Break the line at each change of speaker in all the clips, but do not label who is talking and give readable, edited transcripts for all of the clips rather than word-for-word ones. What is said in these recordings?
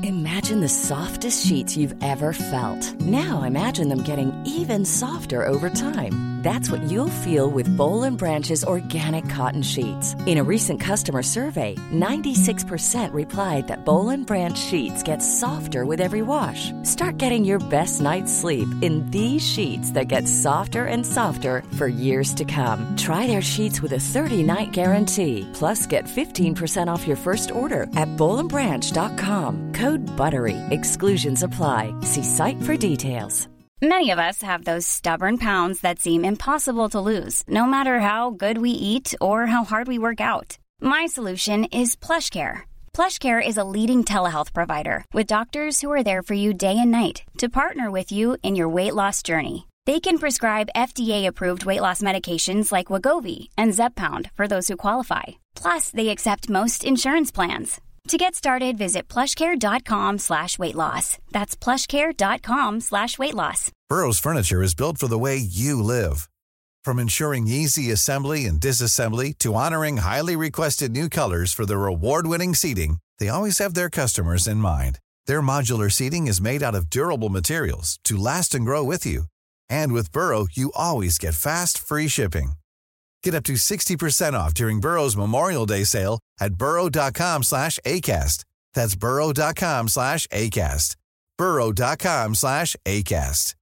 Imagine the softest sheets you've ever felt. Now imagine them getting even softer over time. That's what you'll feel with Boll & Branch's organic cotton sheets. In a recent customer survey, 96% replied that Boll & Branch sheets get softer with every wash. Start getting your best night's sleep in these sheets that get softer and softer for years to come. Try their sheets with a 30-night guarantee. Plus, get 15% off your first order at bollandbranch.com. Code BUTTERY. Exclusions apply. See site for details.
Many of us have those stubborn pounds that seem impossible to lose, no matter how good we eat or how hard we work out. My solution is PlushCare. PlushCare is a leading telehealth provider with doctors who are there for you day and night to partner with you in your weight loss journey. They can prescribe FDA-approved weight loss medications like Wegovy and Zepbound for those who qualify. Plus, they accept most insurance plans. To get started, visit plushcare.com/weightloss. That's plushcare.com/weightloss.
Burrow's furniture is built for the way you live. From ensuring easy assembly and disassembly to honoring highly requested new colors for their award-winning seating, they always have their customers in mind. Their modular seating is made out of durable materials to last and grow with you. And with Burrow, you always get fast, free shipping. Get up to 60% off during Burrow's Memorial Day sale at burrow.com/ACAST. That's burrow.com/ACAST. burrow.com/ACAST.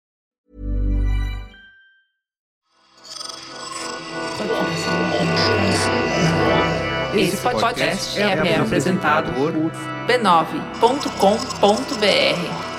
Esse podcast é apresentado por b9.com.br.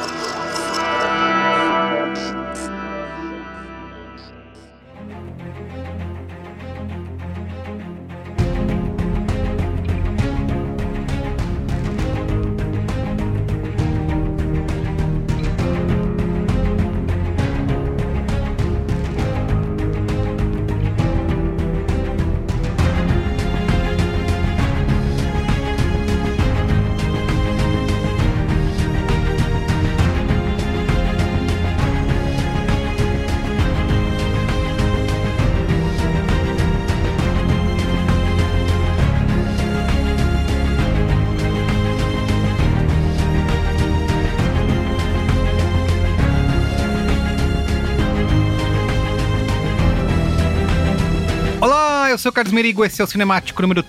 Eu sou o Carlos Merigo, esse é o Cinemático número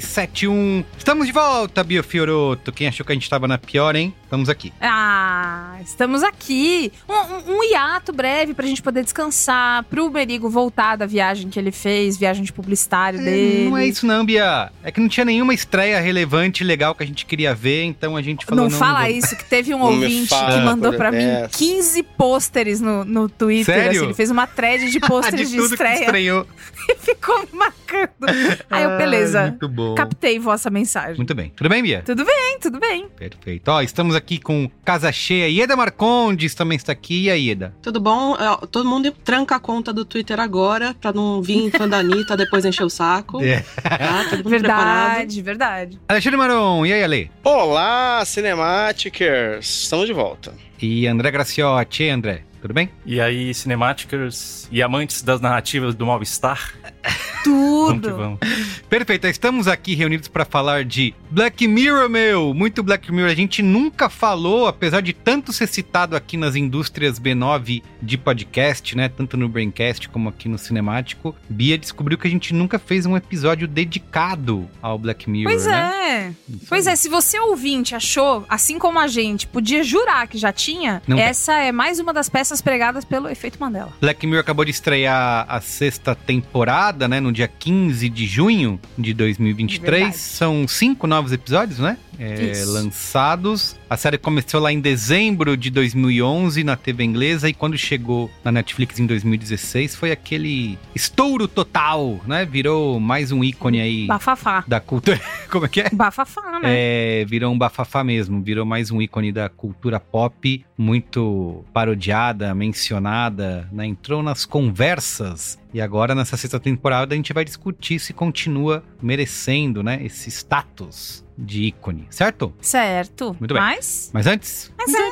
371. Estamos de volta, Bia Fiorotto. Quem achou que a gente tava na pior, hein? Estamos aqui.
Estamos aqui. Um hiato breve pra gente poder descansar, pro Merigo voltar da viagem que ele fez, viagem de publicitário dele.
Não é isso não, Bia. É que não tinha nenhuma estreia relevante, legal que a gente queria ver, então a gente falou...
Não fala isso, que teve um ouvinte que mandou pra mim 15 pôsteres no Twitter.
Sério?
Assim, ele fez uma thread de pôsteres de estreia. E ficou me marcando. Aí eu, beleza.
Muito bom.
Captei vossa mensagem.
Muito bem. Tudo bem, Bia?
Tudo bem, tudo bem.
Perfeito. Ó, estamos aqui com Casa Cheia. Ieda Marcondes também está aqui. E aí, Ieda?
Tudo bom? Todo mundo tranca a conta do Twitter agora, pra não vir fã da Anitta depois encher o saco. Tá, todo mundo
Verdade, verdade.
Alexandre Maron. E aí, Ale?
Olá, Cinematicers. Estamos de volta.
E André Graciotti. E aí, André? Tudo bem?
E aí, Cinematicers e amantes das narrativas do mal-estar?
Tudo!
Vamos que vamos.
Perfeito, estamos aqui reunidos para falar de Black Mirror, meu! Muito Black Mirror. A gente nunca falou, apesar de tanto ser citado aqui nas indústrias B9 de podcast, né? Tanto no Braincast como aqui no Cinemático. Bia descobriu que a gente nunca fez um episódio dedicado ao Black Mirror,
Pois
né?
Pois é, se você ouvinte achou, assim como a gente, podia jurar que já tinha,
Não
essa é mais uma das peças pregadas pelo Efeito Mandela.
Black Mirror acabou de estrear a 6ª temporada, né? No dia 15 de junho de 2023.
Verdade.
São 5 novos episódios, né? Lançados. A série começou lá em dezembro de 2011 na TV inglesa, e quando chegou na Netflix em 2016 foi aquele estouro total, né? Virou mais um ícone aí
Bafafá.
da cultura. Como é que é?
Bafafá, né?
Virou um bafafá mesmo, virou mais um ícone da cultura pop, muito parodiada, mencionada, né? Entrou nas conversas. E agora, nessa 6ª temporada, a gente vai discutir se continua merecendo, né, esse status de ícone, certo?
Certo.
Muito bem.
Mas
antes,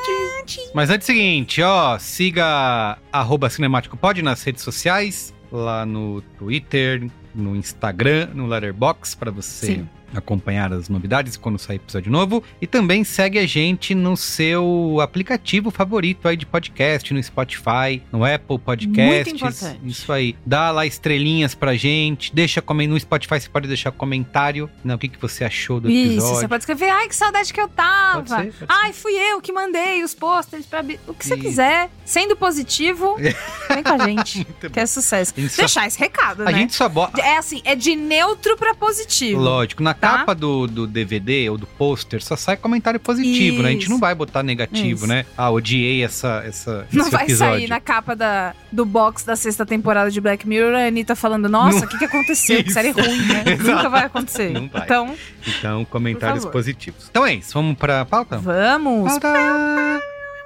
seguinte, ó, siga @cinemáticopod nas redes sociais, lá no Twitter, no Instagram, no Letterboxd, pra você acompanhar as novidades quando sair episódio novo. E também segue a gente no seu aplicativo favorito aí de podcast, no Spotify, no Apple Podcasts.
Muito importante.
Isso aí. Dá lá estrelinhas pra gente. No Spotify você pode deixar comentário, né, o que você achou do episódio.
Isso, você pode escrever, ai, que saudade que eu tava.
Pode ser.
Ai, fui eu que mandei os pôsteres pra... O que você quiser. Sendo positivo, vem com a gente, que é sucesso. Deixar esse recado, né?
A gente só bota...
É assim, é de neutro pra positivo.
Lógico, na capa do DVD ou do pôster só sai comentário positivo, né? A gente não vai botar negativo, né? Ah, odiei esse
não vai
episódio.
sair na capa do box da 6ª temporada de Black Mirror a Anitta falando, nossa, o que aconteceu? Que série ruim, né? Nunca vai acontecer.
Não vai.
Então,
comentários positivos. Então é isso, vamos pra pauta?
Vamos!
Pauta!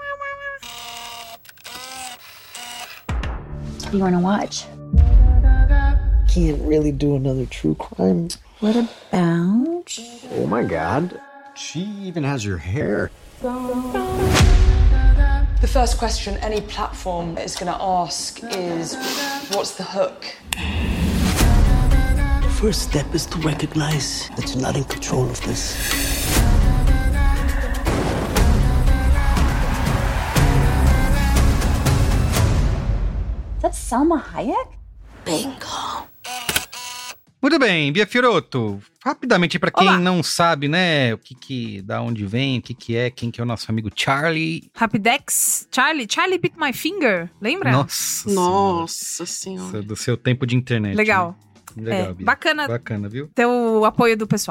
You wanna watch?
Can't really do another true crime.
What about?
Oh my god. She even has your hair.
The first question any platform is going to ask is, what's the hook?
The first step is to recognize that you're not in control of this.
That's Salma Hayek?
Bingo.
Muito bem, Bia Fiorotto, rapidamente pra quem não sabe, né, da onde vem, quem que é o nosso amigo Charlie.
Rapidex, Charlie Bit My Finger, lembra?
Nossa senhora.
Do seu tempo de internet.
Legal.
Né? Legal, Bia.
Bacana,
viu?
Ter o apoio do pessoal.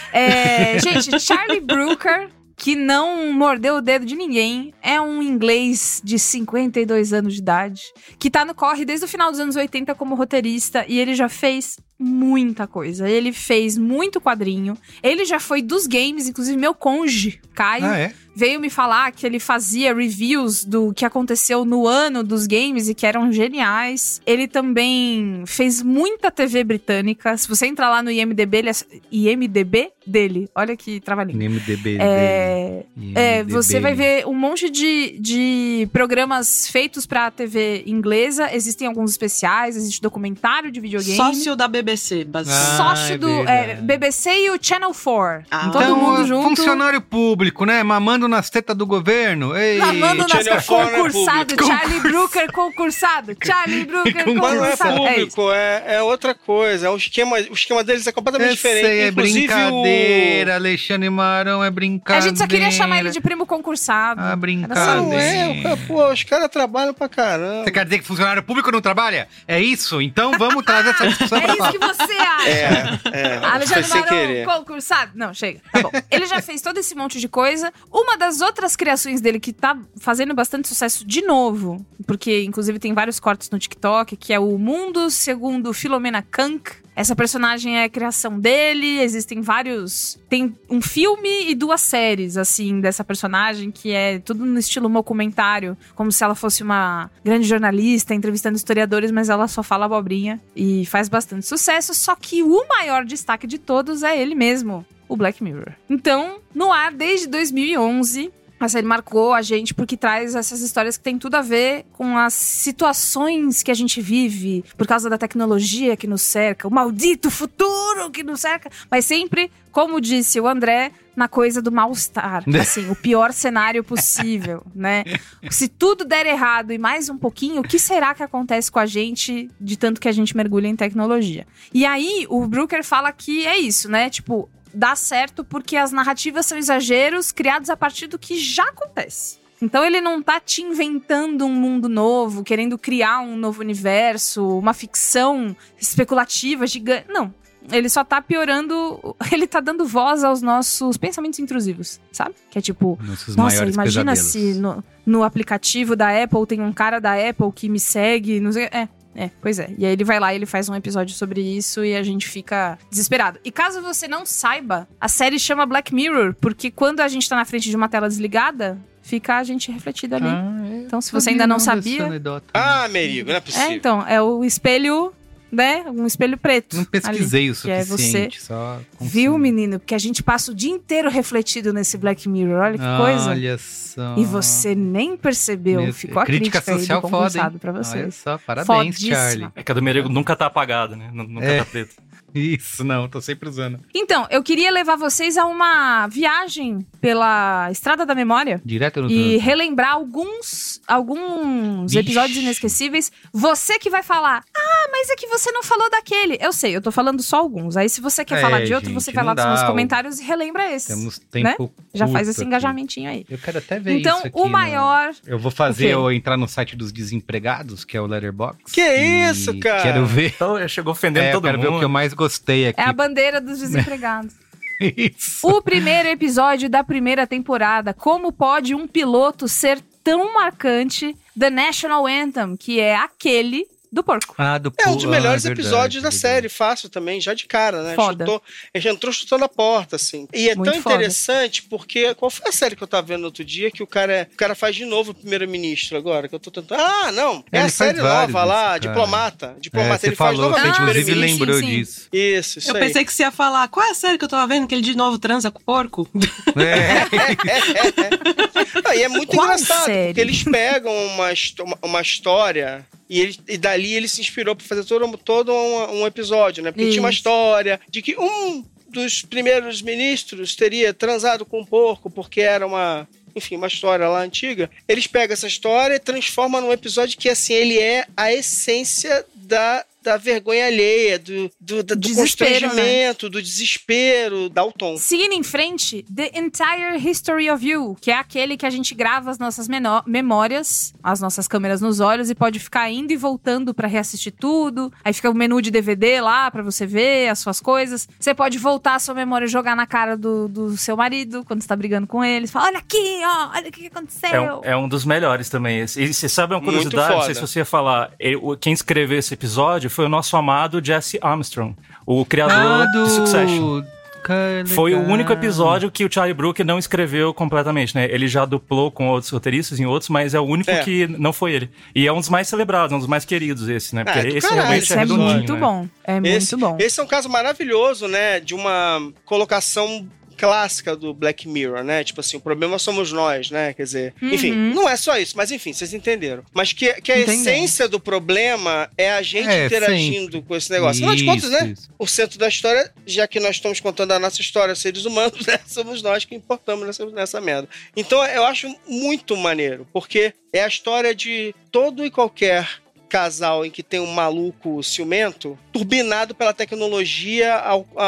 Gente, Charlie Brooker, que não mordeu o dedo de ninguém, é um inglês de 52 anos de idade, que tá no corre desde o final dos anos 80 como roteirista, e ele já fez muita coisa. Ele fez muito quadrinho, ele já foi dos games, inclusive meu cônjuge, Caio, veio me falar que ele fazia reviews do que aconteceu no ano dos games e que eram geniais. Ele também fez muita TV britânica. Se você entrar lá no IMDb, IMDb dele, olha que trabalhinho.
IMDb dele.
Você vai ver um monte de programas feitos pra TV inglesa. Existem alguns especiais, existe documentário de videogame.
Sócio da BBC, basicamente.
Sócio do BBC e o Channel 4. Todo
então,
mundo junto.
Funcionário público, né? Mamando nas tetas do governo. Ei,
mamando nas tetas. Concursado. Charlie Brooker concursado. Charlie Brooker concursado.
Mas não é público, é outra coisa. O esquema deles é completamente diferente.
É brincadeira, Alexandre Marão, é brincadeira.
A gente só queria chamar ele de primo concursado.
Ah, brincadeira.
Pô, os caras trabalham pra caramba.
Você quer dizer que funcionário público não trabalha? É isso? Então vamos trazer essa discussão pra
isso que você acha. Alexandre Marão concursado. Não, chega. Tá bom. Ele já fez todo esse monte de coisa. Uma das outras criações dele que tá fazendo bastante sucesso de novo, porque inclusive tem vários cortes no TikTok, que é o Mundo Segundo Philomena Kank. Essa personagem é a criação dele, existem vários... Tem um filme e 2 séries, assim, dessa personagem, que é tudo no estilo documentário, como se ela fosse uma grande jornalista, entrevistando historiadores, mas ela só fala abobrinha e faz bastante sucesso, só que o maior destaque de todos é ele mesmo, o Black Mirror. Então, no ar desde 2011... A série marcou a gente porque traz essas histórias que tem tudo a ver com as situações que a gente vive por causa da tecnologia que nos cerca, o maldito futuro que nos cerca, mas sempre, como disse o André, na coisa do mal-estar, assim, o pior cenário possível, né? Se tudo der errado e mais um pouquinho, o que será que acontece com a gente de tanto que a gente mergulha em tecnologia? E aí, o Brooker fala que é isso, né? Tipo, dá certo porque as narrativas são exageros criados a partir do que já acontece. Então ele não tá te inventando um mundo novo, querendo criar um novo universo, uma ficção especulativa gigante. Não. Ele só tá piorando, ele tá dando voz aos nossos pensamentos intrusivos, sabe? Que é tipo, nossa, imagina pesadelos. Se no aplicativo da Apple tem um cara da Apple que me segue, não sei... Pois é. E aí ele vai lá e ele faz um episódio sobre isso e a gente fica desesperado. E caso você não saiba, a série chama Black Mirror, porque quando a gente tá na frente de uma tela desligada, fica a gente refletido ali. Então, se você ainda não sabia...
Merigo, não é possível.
Então, é o espelho... né? Um espelho preto.
Não pesquisei
ali,
o suficiente,
só viu, menino? Porque a gente passa o dia inteiro refletido nesse Black Mirror. Olha que coisa.
Olha só.
E você nem percebeu. Ficou a crítica
social
foda, pra vocês.
Olha só, parabéns, Charlie.
É que a do Merigo nunca tá apagada, né? Nunca tá preto.
Isso, não, tô sempre usando.
Então, eu queria levar vocês a uma viagem pela Estrada da Memória.
Direto no
E relembrar alguns episódios inesquecíveis. Você que vai falar, mas é que você não falou daquele. Eu sei, eu tô falando só alguns. Aí se você quer falar de outro, você vai lá nos comentários e relembra esses.
Temos tempo
Já faz esse engajamentinho aí.
Eu quero até ver
então,
isso aqui.
Então, o maior...
Eu vou fazer eu entrar no site dos desempregados, que é o Letterboxd.
Que isso, cara?
Quero ver.
Então, chegou ofendendo todo mundo.
Eu quero ver o que eu mais gostei aqui.
É a bandeira dos desempregados.
Isso.
O primeiro episódio da primeira temporada. Como pode um piloto ser tão marcante? The National Anthem, que é aquele do porco.
Do porco.
É um dos melhores episódios da série, fácil também, já de cara, né?
Foda.
Ele já entrou chutando a porta, assim. E é
muito
tão interessante porque... Qual foi a série que eu tava vendo no outro dia que o cara faz de novo o primeiro-ministro agora? Que eu tô tentando... não. É a série nova lá, Diplomata.
Diplomata.
Ele faz novamente o
primeiro-ministro. Lembrou disso.
Isso
eu pensei que você ia falar, qual é a série que eu tava vendo que ele de novo transa com o porco?
E é muito engraçado, porque eles pegam uma história... E dali ele se inspirou para fazer todo um episódio, né? Porque tinha uma história de que um dos primeiros ministros teria transado com um porco porque era uma história lá antiga. Eles pegam essa história e transformam num episódio que, assim, ele é a essência da vergonha alheia, do constrangimento, do desespero, dá o tom.
Seguindo em frente, The Entire History of You, que é aquele que a gente grava as nossas memórias, as nossas câmeras nos olhos e pode ficar indo e voltando pra reassistir tudo. Aí fica o menu de DVD lá pra você ver as suas coisas. Você pode voltar a sua memória e jogar na cara do seu marido quando você tá brigando com ele. Você fala, olha aqui, olha o que aconteceu.
É um dos melhores também. E você sabe uma curiosidade? Não sei se você ia falar. Quem escreveu esse episódio foi o nosso amado Jesse Armstrong, o criador de Succession. Foi o único episódio que o Charlie Brooker não escreveu completamente, né? Ele já duplou com outros roteiristas em outros, mas é o único que não foi ele. E é um dos mais celebrados, um dos mais queridos esse, né? Porque esse realmente é redondinho,
muito bom. É muito bom.
Esse é um caso maravilhoso, né? De uma colocação clássica do Black Mirror, né? Tipo assim, o problema somos nós, né? Quer dizer, enfim, não é só isso, mas enfim, vocês entenderam. Mas que a essência do problema é a gente interagindo com esse negócio. Afinal de contas, né? O centro da história, já que nós estamos contando a nossa história, seres humanos, né? Somos nós que importamos nessa merda. Então, eu acho muito maneiro, porque é a história de todo e qualquer casal em que tem um maluco ciumento, turbinado pela tecnologia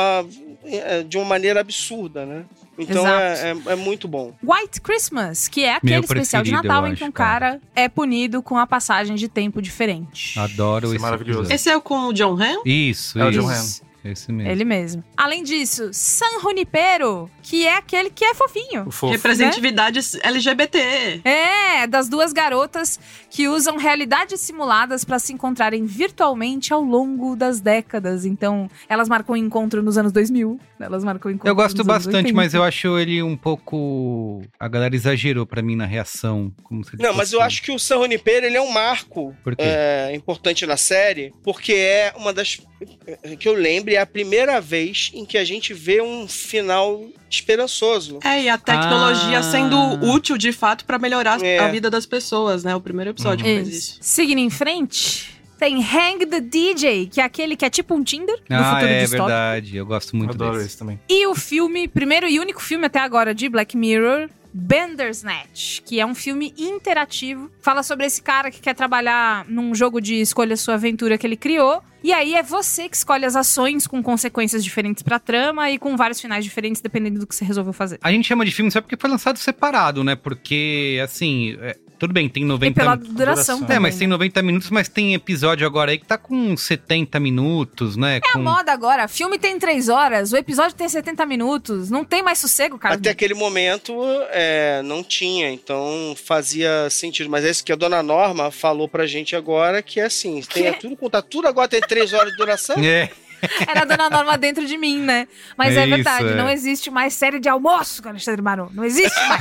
de uma maneira absurda, né? Então é muito bom.
White Christmas, que é aquele especial de Natal em que um cara é punido com a passagem de tempo diferente.
Adoro esse
maravilhoso. Esse é o com o John Hamm?
Isso.
O John Hamm.
Esse mesmo.
Ele mesmo. Além disso, San Junipero, que é aquele que é fofinho.
Representatividade LGBT.
Das duas garotas que usam realidades simuladas para se encontrarem virtualmente ao longo das décadas. Então, elas marcam um encontro nos anos 2000. Elas marcam um encontro
Eu gosto
nos
bastante,
anos 80.
mas eu acho ele um pouco... A galera exagerou pra mim na reação.
Mas eu acho que o San Junipero, ele é um marco importante na série, porque é uma das... que eu lembre, é a primeira vez em que a gente vê um final esperançoso.
E a tecnologia sendo útil, de fato, pra melhorar a vida das pessoas, né? O primeiro episódio que fez isso.
Seguindo em frente... Tem Hang the DJ, que é aquele que é tipo um Tinder do futuro distópico.
É verdade, eu gosto muito desse.
Adoro esse também.
E o filme, primeiro e único filme até agora de Black Mirror, Bandersnatch, que é um filme interativo. Fala sobre esse cara que quer trabalhar num jogo de escolha sua aventura que ele criou. E aí é você que escolhe as ações com consequências diferentes pra trama e com vários finais diferentes, dependendo do que você resolveu fazer.
A gente chama de filme só porque foi lançado separado, né? Porque, assim... Tudo bem, tem 90
minutos. E pela duração também.
Mas tem 90 minutos, mas tem episódio agora aí que tá com 70 minutos, né?
A moda agora. Filme tem 3 horas, o episódio tem 70 minutos. Não tem mais sossego, cara.
Até aquele momento não tinha, então fazia sentido. Mas esse que a dona Norma falou pra gente agora, que é assim, tá tudo agora tem 3 horas de duração.
Era a dona Norma dentro de mim, né? Mas é verdade, não existe mais série de almoço com Alexandre Maron. Não existe mais.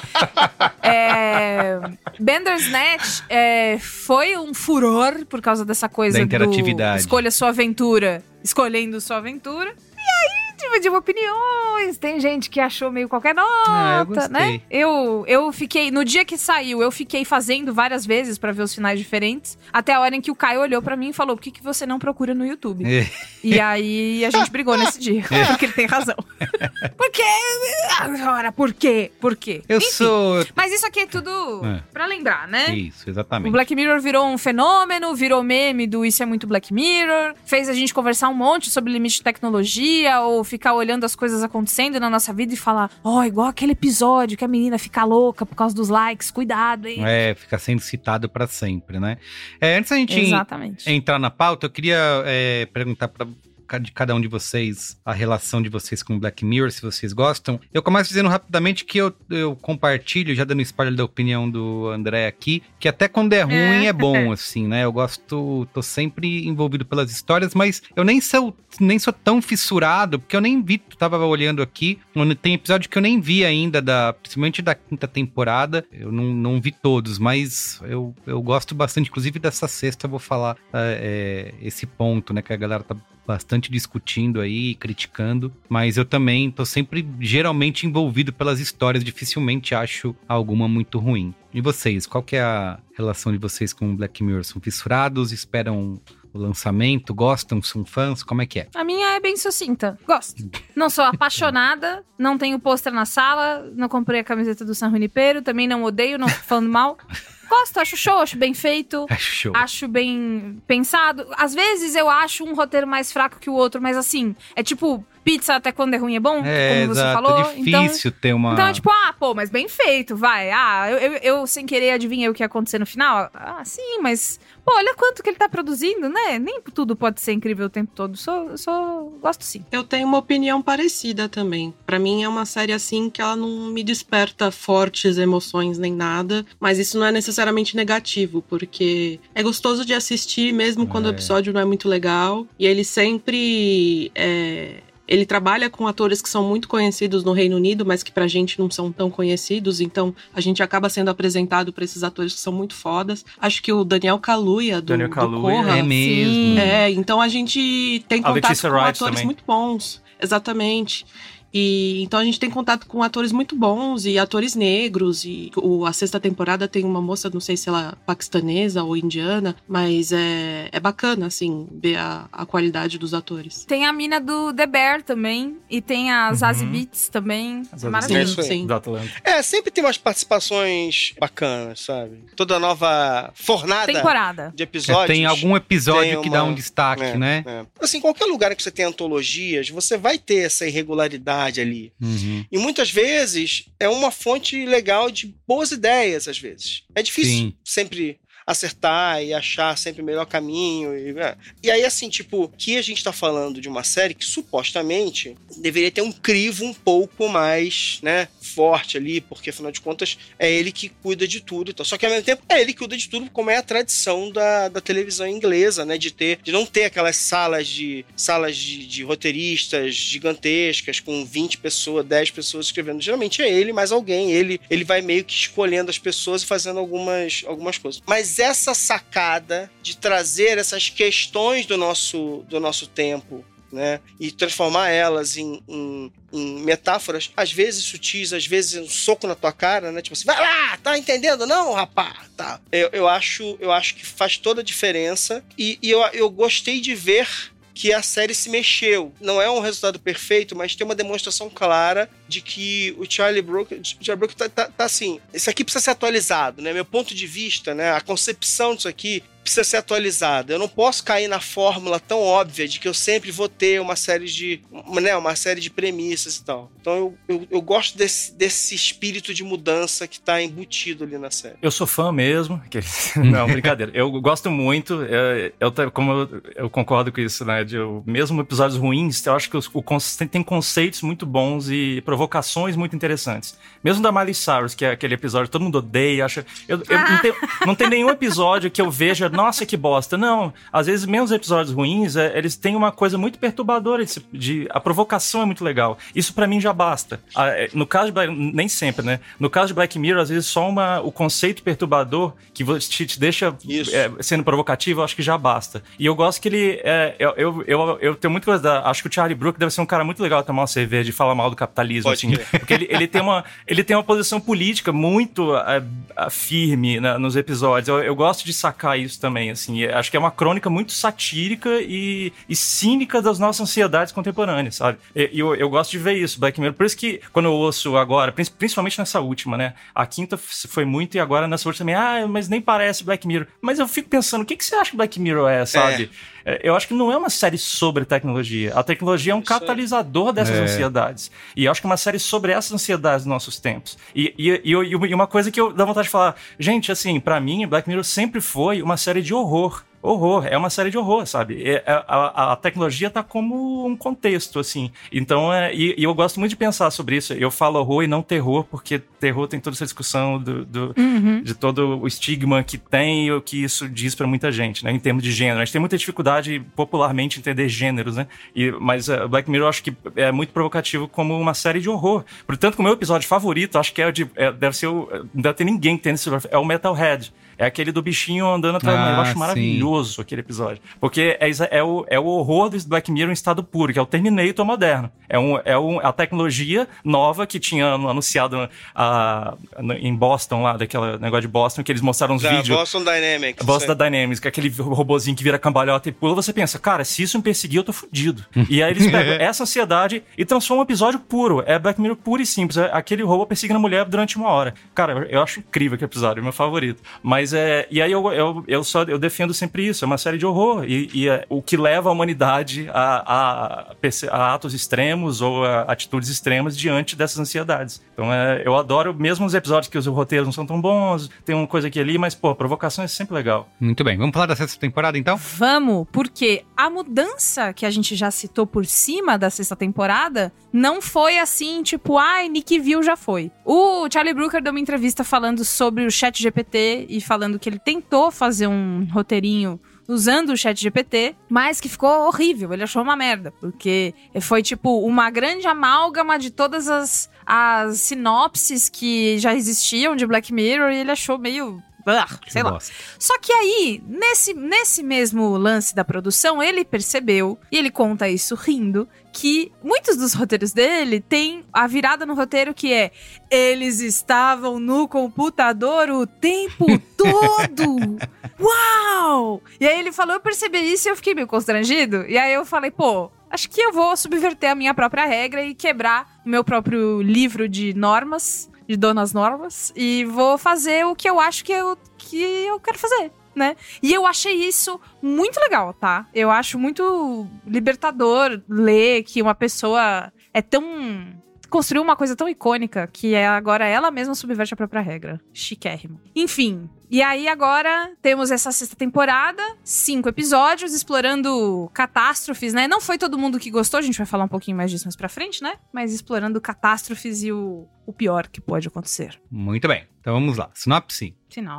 Bandersnatch foi um furor por causa dessa coisa
da interatividade.
Escolha sua aventura, escolhendo sua aventura. E aí dividiu opiniões. Tem gente que achou meio qualquer nota, né? Eu fiquei, no dia que saiu, eu fiquei fazendo várias vezes pra ver os finais diferentes, até a hora em que o Caio olhou pra mim e falou, por que você não procura no YouTube? E aí a gente brigou nesse dia, porque ele tem razão. Por quê? Agora, por quê? Enfim, mas isso aqui é tudo pra lembrar, né?
Isso, exatamente.
O Black Mirror virou um fenômeno, virou meme do Isso é muito Black Mirror, fez a gente conversar um monte sobre limite de tecnologia, ou ficar olhando as coisas acontecendo na nossa vida e falar, igual aquele episódio que a menina fica louca por causa dos likes, cuidado, hein?
Fica sendo citado pra sempre, né? Antes da gente entrar na pauta, eu queria perguntar de cada um de vocês, a relação de vocês com Black Mirror, se vocês gostam. Eu começo dizendo rapidamente que eu compartilho, já dando spoiler da opinião do André aqui, que até quando é ruim é bom, assim, né? Eu tô sempre envolvido pelas histórias, mas eu nem sou tão fissurado, porque eu nem vi, tava olhando aqui, tem episódio que eu nem vi ainda, principalmente da 5ª temporada, eu não vi todos, mas eu gosto bastante, inclusive dessa 6ª eu vou falar esse ponto, né, que a galera tá bastante discutindo aí, criticando, mas eu também tô sempre geralmente envolvido pelas histórias, dificilmente acho alguma muito ruim. E vocês, qual que é a relação de vocês com o Black Mirror? São fissurados, esperam o lançamento, gostam, são fãs, como é que é?
A minha é bem sucinta, gosto. Não sou apaixonada, não tenho pôster na sala, não comprei a camiseta do San Junipero, também não odeio, não tô falando mal. Gosto, acho show, acho bem feito. Acho bem pensado. Às vezes eu acho um roteiro mais fraco que o outro, mas assim, é tipo, pizza até quando é ruim é bom, como você falou.
É difícil ter uma...
Então é tipo, mas bem feito, vai. Eu sem querer adivinhei o que ia acontecer no final. Sim, mas... olha quanto que ele tá produzindo, né? Nem tudo pode ser incrível o tempo todo. Gosto sim.
Eu tenho uma opinião parecida também. Pra mim é uma série assim que ela não me desperta fortes emoções nem nada, mas isso não é necessariamente negativo, porque é gostoso de assistir mesmo quando o episódio não é muito legal, e ele sempre ele trabalha com atores que são muito conhecidos no Reino Unido, mas que pra gente não são tão conhecidos, então a gente acaba sendo apresentado pra esses atores que são muito fodas. Acho que o Daniel Kaluuya, do Korra.
É mesmo.
Então a gente tem contato com atores também. Muito bons. Exatamente. E então a gente tem contato com atores muito bons e atores negros, e a 6ª temporada tem uma moça, não sei se ela é paquistanesa ou indiana, mas é bacana, assim, ver a qualidade dos atores.
Tem a mina do The Bear também, e tem a Zazie Beetz também, é maravilhoso.
Sim.
Sempre tem umas participações bacanas, sabe? Toda nova fornada
temporada
de episódios.
Tem algum episódio que dá um destaque, né?
Assim, qualquer lugar que você tem antologias, você vai ter essa irregularidade ali. E muitas vezes é uma fonte legal de boas ideias, às vezes. É difícil sempre acertar e achar sempre o melhor caminho. E aí, assim, tipo, que a gente tá falando de uma série que supostamente deveria ter um crivo um pouco mais, né, forte ali, porque afinal de contas é ele que cuida de tudo. Então, só que ao mesmo tempo é ele que cuida de tudo, como é a tradição da televisão inglesa, né, de não ter aquelas salas de roteiristas gigantescas com 20 pessoas, 10 pessoas escrevendo. Geralmente é ele mais alguém. Ele vai meio que escolhendo as pessoas e fazendo algumas coisas. Mas essa sacada de trazer essas questões do nosso tempo, né, e transformar elas em metáforas, às vezes sutis, às vezes um soco na tua cara, né, tipo assim, vai lá, tá entendendo não, rapá? Tá. Eu acho que faz toda a diferença, e eu gostei de ver que a série se mexeu. Não é um resultado perfeito, mas tem uma demonstração clara de que o Charlie Brooker tá assim, isso aqui precisa ser atualizado, né? Meu ponto de vista, né? A concepção disso aqui precisa ser atualizada. Eu não posso cair na fórmula tão óbvia de que eu sempre vou ter uma série de premissas e tal. Então eu gosto desse espírito de mudança que tá embutido ali na série.
Eu sou fã mesmo. Não, brincadeira. Eu gosto muito. Como eu concordo com isso, né? Mesmo episódios ruins, eu acho que tem conceitos muito bons e provocações muito interessantes. Mesmo da Miley Cyrus, que é aquele episódio que todo mundo odeia, acha... Não tem nenhum episódio que eu veja nossa, que bosta. Não, às vezes mesmo os episódios ruins, eles têm uma coisa muito perturbadora, a provocação é muito legal. Isso pra mim já basta. No caso de nem sempre, né? No caso de Black Mirror, às vezes só o conceito perturbador que te deixa sendo provocativo, eu acho que já basta. E eu gosto que ele... Eu tenho muito coisa acho que o Charlie Brooker deve ser um cara muito legal tomar uma cerveja e falar mal do capitalismo, assim. Porque ele tem uma posição política muito firme nos episódios. Eu gosto de sacar isso também, assim. Acho que é uma crônica muito satírica e cínica das nossas ansiedades contemporâneas, sabe? E eu gosto de ver isso, Black Mirror. Por isso que, quando eu ouço agora, principalmente nessa última, né? A quinta foi muito e agora nessa última também, mas nem parece Black Mirror. Mas eu fico pensando, o que você acha que Black Mirror é, sabe? Eu acho que não é uma série sobre tecnologia. A tecnologia é um catalisador dessas ansiedades. E eu acho que é uma série sobre essas ansiedades dos nossos tempos. E uma coisa que eu dá vontade de falar, gente, assim, pra mim, Black Mirror sempre foi uma série de horror. É uma série de horror, sabe? A tecnologia tá como um contexto, assim. Então, e eu gosto muito de pensar sobre isso. Eu falo horror e não terror, porque terror tem toda essa discussão de todo o estigma que tem e o que isso diz pra muita gente, né? Em termos de gênero. A gente tem muita dificuldade, popularmente, em entender gêneros, né? Mas Black Mirror, eu acho que é muito provocativo como uma série de horror. Portanto, o meu episódio favorito, acho que deve ser não deve ter ninguém que tem esse... É o Metalhead. É aquele do bichinho andando atrás. Eu acho maravilhoso aquele episódio. Porque é o horror do Black Mirror em estado puro, que é o Terminator moderno. A tecnologia nova que tinha anunciado em Boston, lá, daquele negócio de Boston, que eles mostraram uns vídeos.
Boston Dynamics.
Boston Dynamics, que é aquele robozinho que vira cambalhota e pula. Você pensa, cara, se isso me perseguir, eu tô fudido. E aí eles pegam essa ansiedade e transformam um episódio puro. É Black Mirror puro e simples. É aquele robô perseguindo a mulher durante 1 hora. Cara, eu acho incrível aquele episódio, é meu favorito. Mas e aí eu defendo sempre isso, é uma série de horror e o que leva a humanidade a atos extremos ou a atitudes extremas diante dessas ansiedades. Então eu adoro mesmo os episódios que os roteiros não são tão bons, tem uma coisa aqui ali, mas a provocação é sempre legal.
Muito bem, vamos falar da 6ª temporada então?
Vamos, porque a mudança que a gente já citou por cima da 6ª temporada não foi assim, tipo, Nick viu, já foi. O Charlie Brooker deu uma entrevista falando sobre o ChatGPT e falando que ele tentou fazer um roteirinho usando o ChatGPT, mas que ficou horrível, ele achou uma merda, porque foi tipo uma grande amálgama de todas as sinopses que já existiam de Black Mirror e ele achou meio... sei lá. Só que aí, nesse mesmo lance da produção, ele percebeu, e ele conta isso rindo, que muitos dos roteiros dele tem a virada no roteiro que é: eles estavam no computador o tempo todo! Uau! E aí ele falou, eu percebi isso e eu fiquei meio constrangido. E aí eu falei, acho que eu vou subverter a minha própria regra e quebrar o meu próprio livro de normas, de donas normas, e vou fazer o que eu acho que eu quero fazer, né? E eu achei isso muito legal, tá? Eu acho muito libertador ler que uma pessoa construiu uma coisa tão icônica que agora ela mesma subverte a própria regra. Chiquérrimo. Enfim, e aí agora temos essa 6ª temporada, 5 episódios, explorando catástrofes, né? Não foi todo mundo que gostou, a gente vai falar um pouquinho mais disso mais pra frente, né? Mas explorando catástrofes e o pior que pode acontecer.
Muito bem, então vamos lá. Sinopse.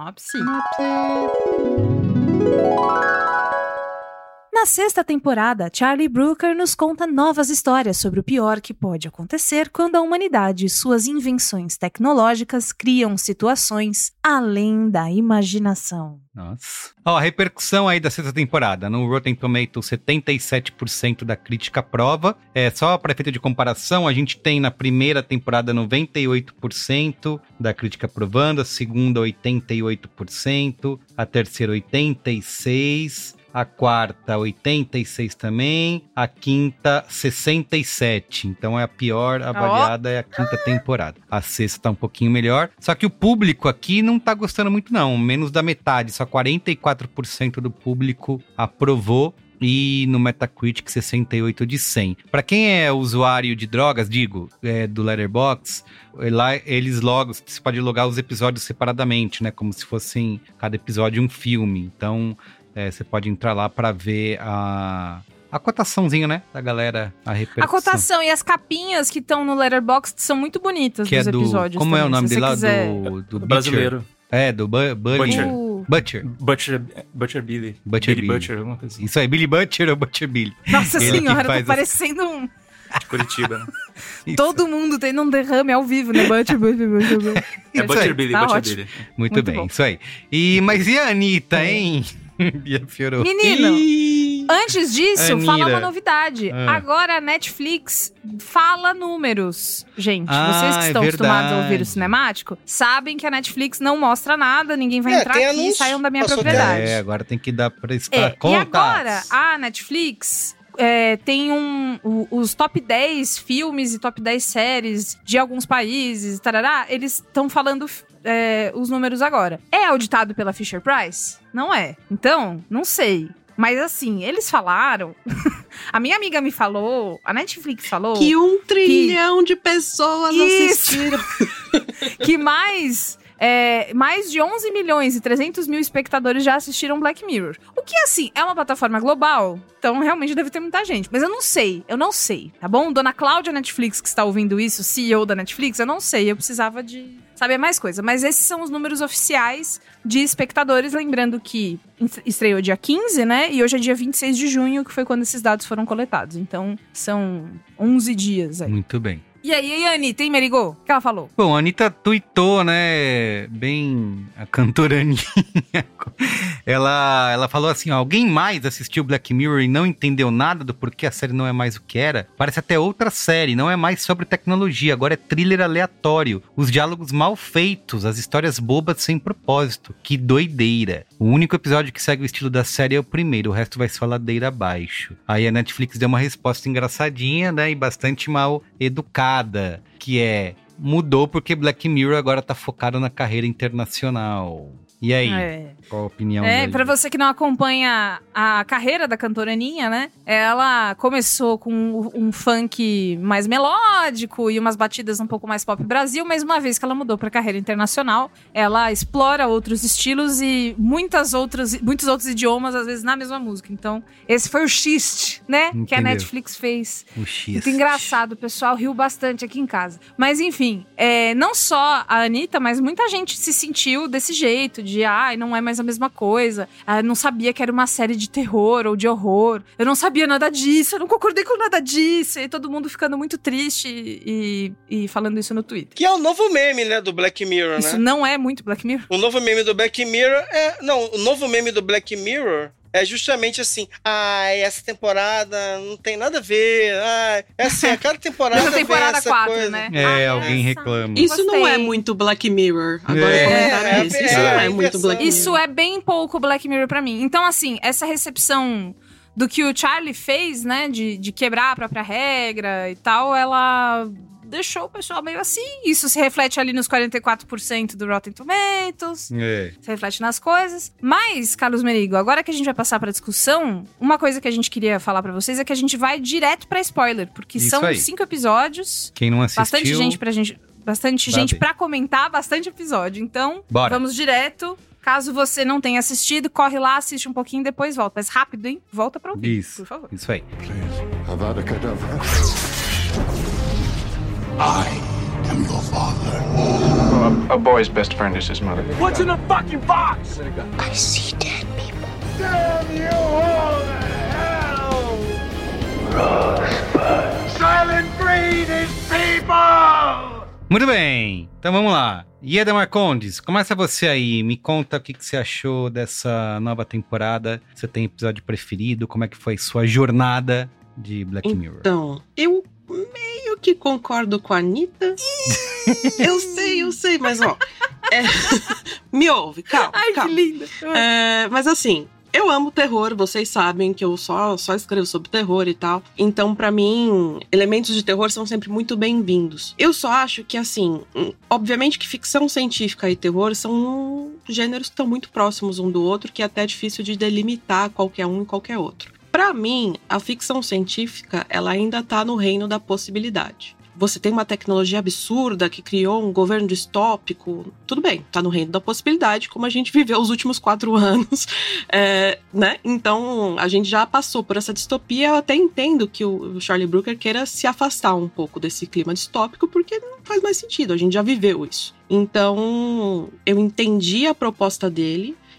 Na 6ª temporada, Charlie Brooker nos conta novas histórias sobre o pior que pode acontecer quando a humanidade e suas invenções tecnológicas criam situações além da imaginação.
Nossa. A repercussão aí da 6ª temporada. No Rotten Tomatoes, 77% da crítica aprova. Só para efeito de comparação, a gente tem na primeira temporada 98% da crítica aprovando, a segunda 88%, a terceira 86%. A quarta, 86 também. A quinta, 67. Então é a pior avaliada, é a 5ª temporada. A 6ª tá um pouquinho melhor. Só que o público aqui não tá gostando muito não. Menos da metade. Só 44% do público aprovou. E no Metacritic, 68 de 100. Para quem é usuário de drogas, do Letterboxd, lá você pode logar os episódios separadamente, né? Como se fossem cada episódio um filme. Então... você pode entrar lá pra ver a cotaçãozinha, né? Da galera, a repercussão. A
cotação e as capinhas que estão no Letterboxd são muito bonitas dos episódios.
Como também, é o nome dele lá? Do
brasileiro.
Do Bully. Butcher.
Butcher Billy. Billy Butcher, alguma coisa assim.
Isso aí, Billy Butcher ou Butcher Billy?
Nossa senhora, tá parecendo um...
De Curitiba, né?
Todo mundo tendo um derrame ao vivo, né? Butcher Billy.
É Butcher Billy,
tá
Butcher Billy.
Muito bem, bom. Isso aí. Mas e a Anitta, hein? Bia Fiorotto.
Menino, antes disso, fala uma novidade. Agora a Netflix fala números. Gente, vocês que estão acostumados a ouvir o cinemático, sabem que a Netflix não mostra nada, ninguém vai entrar aqui e saiam da minha propriedade.
Agora tem que dar pra contas.
E agora, a Netflix... tem os top 10 filmes e top 10 séries de alguns países, tarará, eles estão falando os números agora. É auditado pela Fisher-Price? Não é. Então, não sei. Mas assim, eles falaram... A minha amiga me falou, a Netflix falou...
Que 1 trilhão de pessoas assistiram.
Que mais de 11 milhões e 300 mil espectadores já assistiram Black Mirror. O que, assim, é uma plataforma global, então realmente deve ter muita gente. Mas eu não sei, tá bom? Dona Cláudia Netflix, que está ouvindo isso, CEO da Netflix, eu não sei, eu precisava de saber mais coisa. Mas esses são os números oficiais de espectadores, lembrando que estreou dia 15, né? E hoje é dia 26 de junho, que foi quando esses dados foram coletados. Então, são 11 dias aí.
Muito bem.
E aí, Anitta, hein, Merigô? O que ela falou?
Bom, a Anitta tuitou, né, bem a cantora Aninha. Ela falou assim, ó, alguém mais assistiu Black Mirror e não entendeu nada do porquê a série não é mais o que era? Parece até outra série, não é mais sobre tecnologia, agora é thriller aleatório. Os diálogos mal feitos, as histórias bobas sem propósito. Que doideira. O único episódio que segue o estilo da série é o primeiro, o resto vai só ladeira abaixo. Aí a Netflix deu uma resposta engraçadinha, né, e bastante mal educada, que mudou porque Black Mirror agora tá focado na carreira internacional. E aí, qual a opinião dele?
Pra você que não acompanha a carreira da cantora Aninha, né? Ela começou com um funk mais melódico e umas batidas um pouco mais pop Brasil, mas uma vez que ela mudou pra carreira internacional, ela explora outros estilos e muitos outros idiomas, às vezes, na mesma música. Então, esse foi o xiste, né? Entendeu? Que a Netflix fez.
O xiste.
Muito engraçado, o pessoal riu bastante aqui em casa. Mas, enfim, não só a Anitta, mas muita gente se sentiu desse jeito, não é mais a mesma coisa, não sabia que era uma série de terror ou de horror, eu não sabia nada disso, eu não concordei com nada disso, e todo mundo ficando muito triste e falando isso no Twitter.
Que é o novo meme, né, do Black Mirror, né?
Isso não é muito Black Mirror?
O novo meme do Black Mirror o novo meme do Black Mirror é justamente assim, essa temporada não tem nada a ver, é assim, a cada temporada
vem
temporada
essa 4,
coisa.
Né?
Alguém reclama.
Isso não é muito Black Mirror. Agora comentaram isso. Isso não é muito Black Mirror.
Isso é bem pouco Black Mirror pra mim. Então, assim, essa recepção do que o Charlie fez, né, de quebrar a própria regra e tal, ela deixou o pessoal meio assim. Isso se reflete ali nos 44% do Rotten Tomatoes. Se reflete nas coisas. Mas, Carlos Merigo, agora que a gente vai passar pra discussão, uma coisa que a gente queria falar pra vocês é que a gente vai direto pra spoiler, porque
isso
são
aí.
5 episódios.
Quem não assistiu...
Bastante gente pra comentar, bastante episódio. Então, vamos direto. Caso você não tenha assistido, corre lá, assiste um pouquinho e depois volta. Mas rápido, hein? Volta pra ouvir, por favor.
Isso aí.
I am your father.
A boy's best friend is his mother.
What's in the fucking box?
I see dead people.
Damn you all to hell! Rosebud. Silent breed is people!
Muito bem, então vamos lá. Ieda Marcondes, começa você aí. Me conta o que você achou dessa nova temporada. Você tem episódio preferido? Como é que foi sua jornada de Black Mirror?
Então, eu meio que concordo com a Anitta. Eu sei, mas ó... me ouve, calma.
Ai,
calma.
Que linda.
Mas assim... Eu amo terror, vocês sabem que eu só escrevo sobre terror e tal. Então, pra mim, elementos de terror são sempre muito bem-vindos. Eu só acho que, assim, obviamente que ficção científica e terror são gêneros que estão muito próximos um do outro, que é até difícil de delimitar qualquer um e qualquer outro. Pra mim, a ficção científica, ela ainda tá no reino da possibilidade. Você tem uma tecnologia absurda que criou um governo distópico, tudo bem, tá no reino da possibilidade, como a gente viveu os últimos 4 anos, né? Então, a gente já passou por essa distopia. Eu até entendo que o Charlie Brooker queira se afastar um pouco desse clima distópico, porque não faz mais sentido, a gente já viveu isso. Então, eu entendi a proposta dele.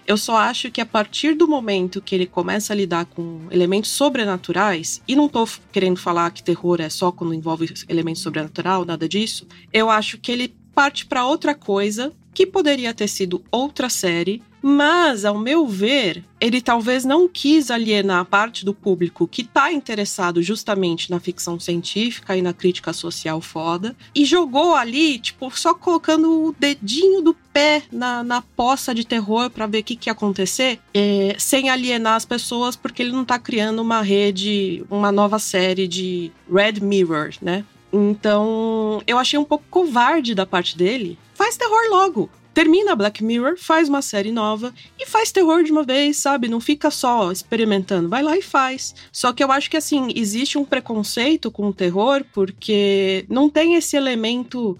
Eu só acho que a partir do momento que ele começa a lidar com elementos sobrenaturais, e não tô querendo falar que terror é só quando envolve elementos sobrenatural, nada disso, eu acho que ele parte para outra coisa que poderia ter sido outra série, mas, ao meu ver, ele talvez não quis alienar a parte do público que tá interessado justamente na ficção científica e na crítica social foda, e jogou ali, tipo, só colocando o dedinho do pé na poça de terror pra ver o que ia acontecer, sem alienar as pessoas, porque ele não tá criando uma rede, uma nova série de Red Mirror, né? Então, eu achei um pouco covarde da parte dele. Faz terror logo. Termina Black Mirror, faz uma série nova e faz terror de uma vez, sabe? Não fica só experimentando, vai lá e faz. Só que eu acho que, assim, existe um preconceito com o terror porque não tem esse elemento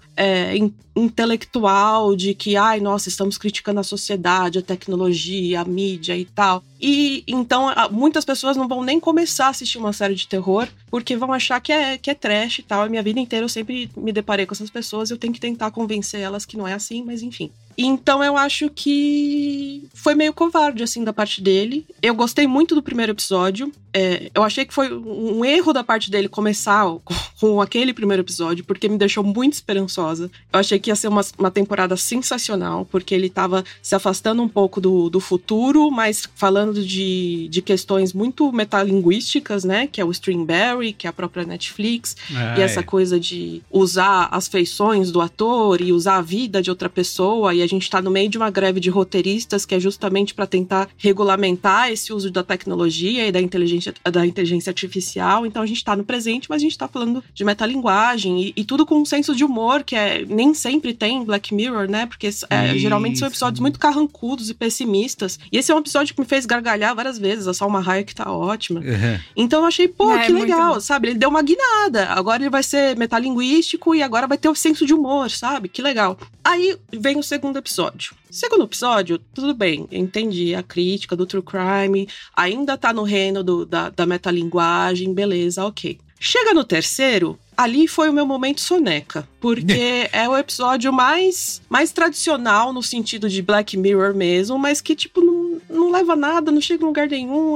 intelectual de que, ai, nossa, estamos criticando a sociedade, a tecnologia, a mídia e tal. E então muitas pessoas não vão nem começar a assistir uma série de terror porque vão achar que é trash e tal. A minha vida inteira eu sempre me deparei com essas pessoas, eu tenho que tentar convencer elas que não é assim, mas enfim. Então eu acho que foi meio covarde, assim, da parte dele. Eu gostei muito do primeiro episódio. Eu achei que foi um erro da parte dele começar com aquele primeiro episódio, porque me deixou muito esperançosa. Eu achei que ia ser uma temporada sensacional, porque ele tava se afastando um pouco do futuro, mas falando de questões muito metalinguísticas, né? Que é o Streamberry, que é a própria Netflix. E essa coisa de usar as feições do ator e usar a vida de outra pessoa. E a gente tá no meio de uma greve de roteiristas, que é justamente para tentar regulamentar esse uso da tecnologia e da inteligência artificial. Então a gente tá no presente, mas a gente tá falando de metalinguagem e tudo com um senso de humor, que nem sempre tem Black Mirror, né? Porque geralmente são episódios muito carrancudos e pessimistas. E esse é um episódio que me fez gargalhar várias vezes. A Salma Hayek tá ótima. Então eu achei, que legal, sabe? Ele deu uma guinada. Agora ele vai ser metalinguístico e agora vai ter o senso de humor, sabe? Que legal. Aí vem o segundo episódio. Segundo episódio, tudo bem, entendi a crítica do true crime, ainda tá no reino da metalinguagem, beleza, ok. Chega no terceiro, ali foi o meu momento soneca, porque é o episódio mais tradicional no sentido de Black Mirror mesmo, mas que, tipo, não leva a nada, não chega em lugar nenhum,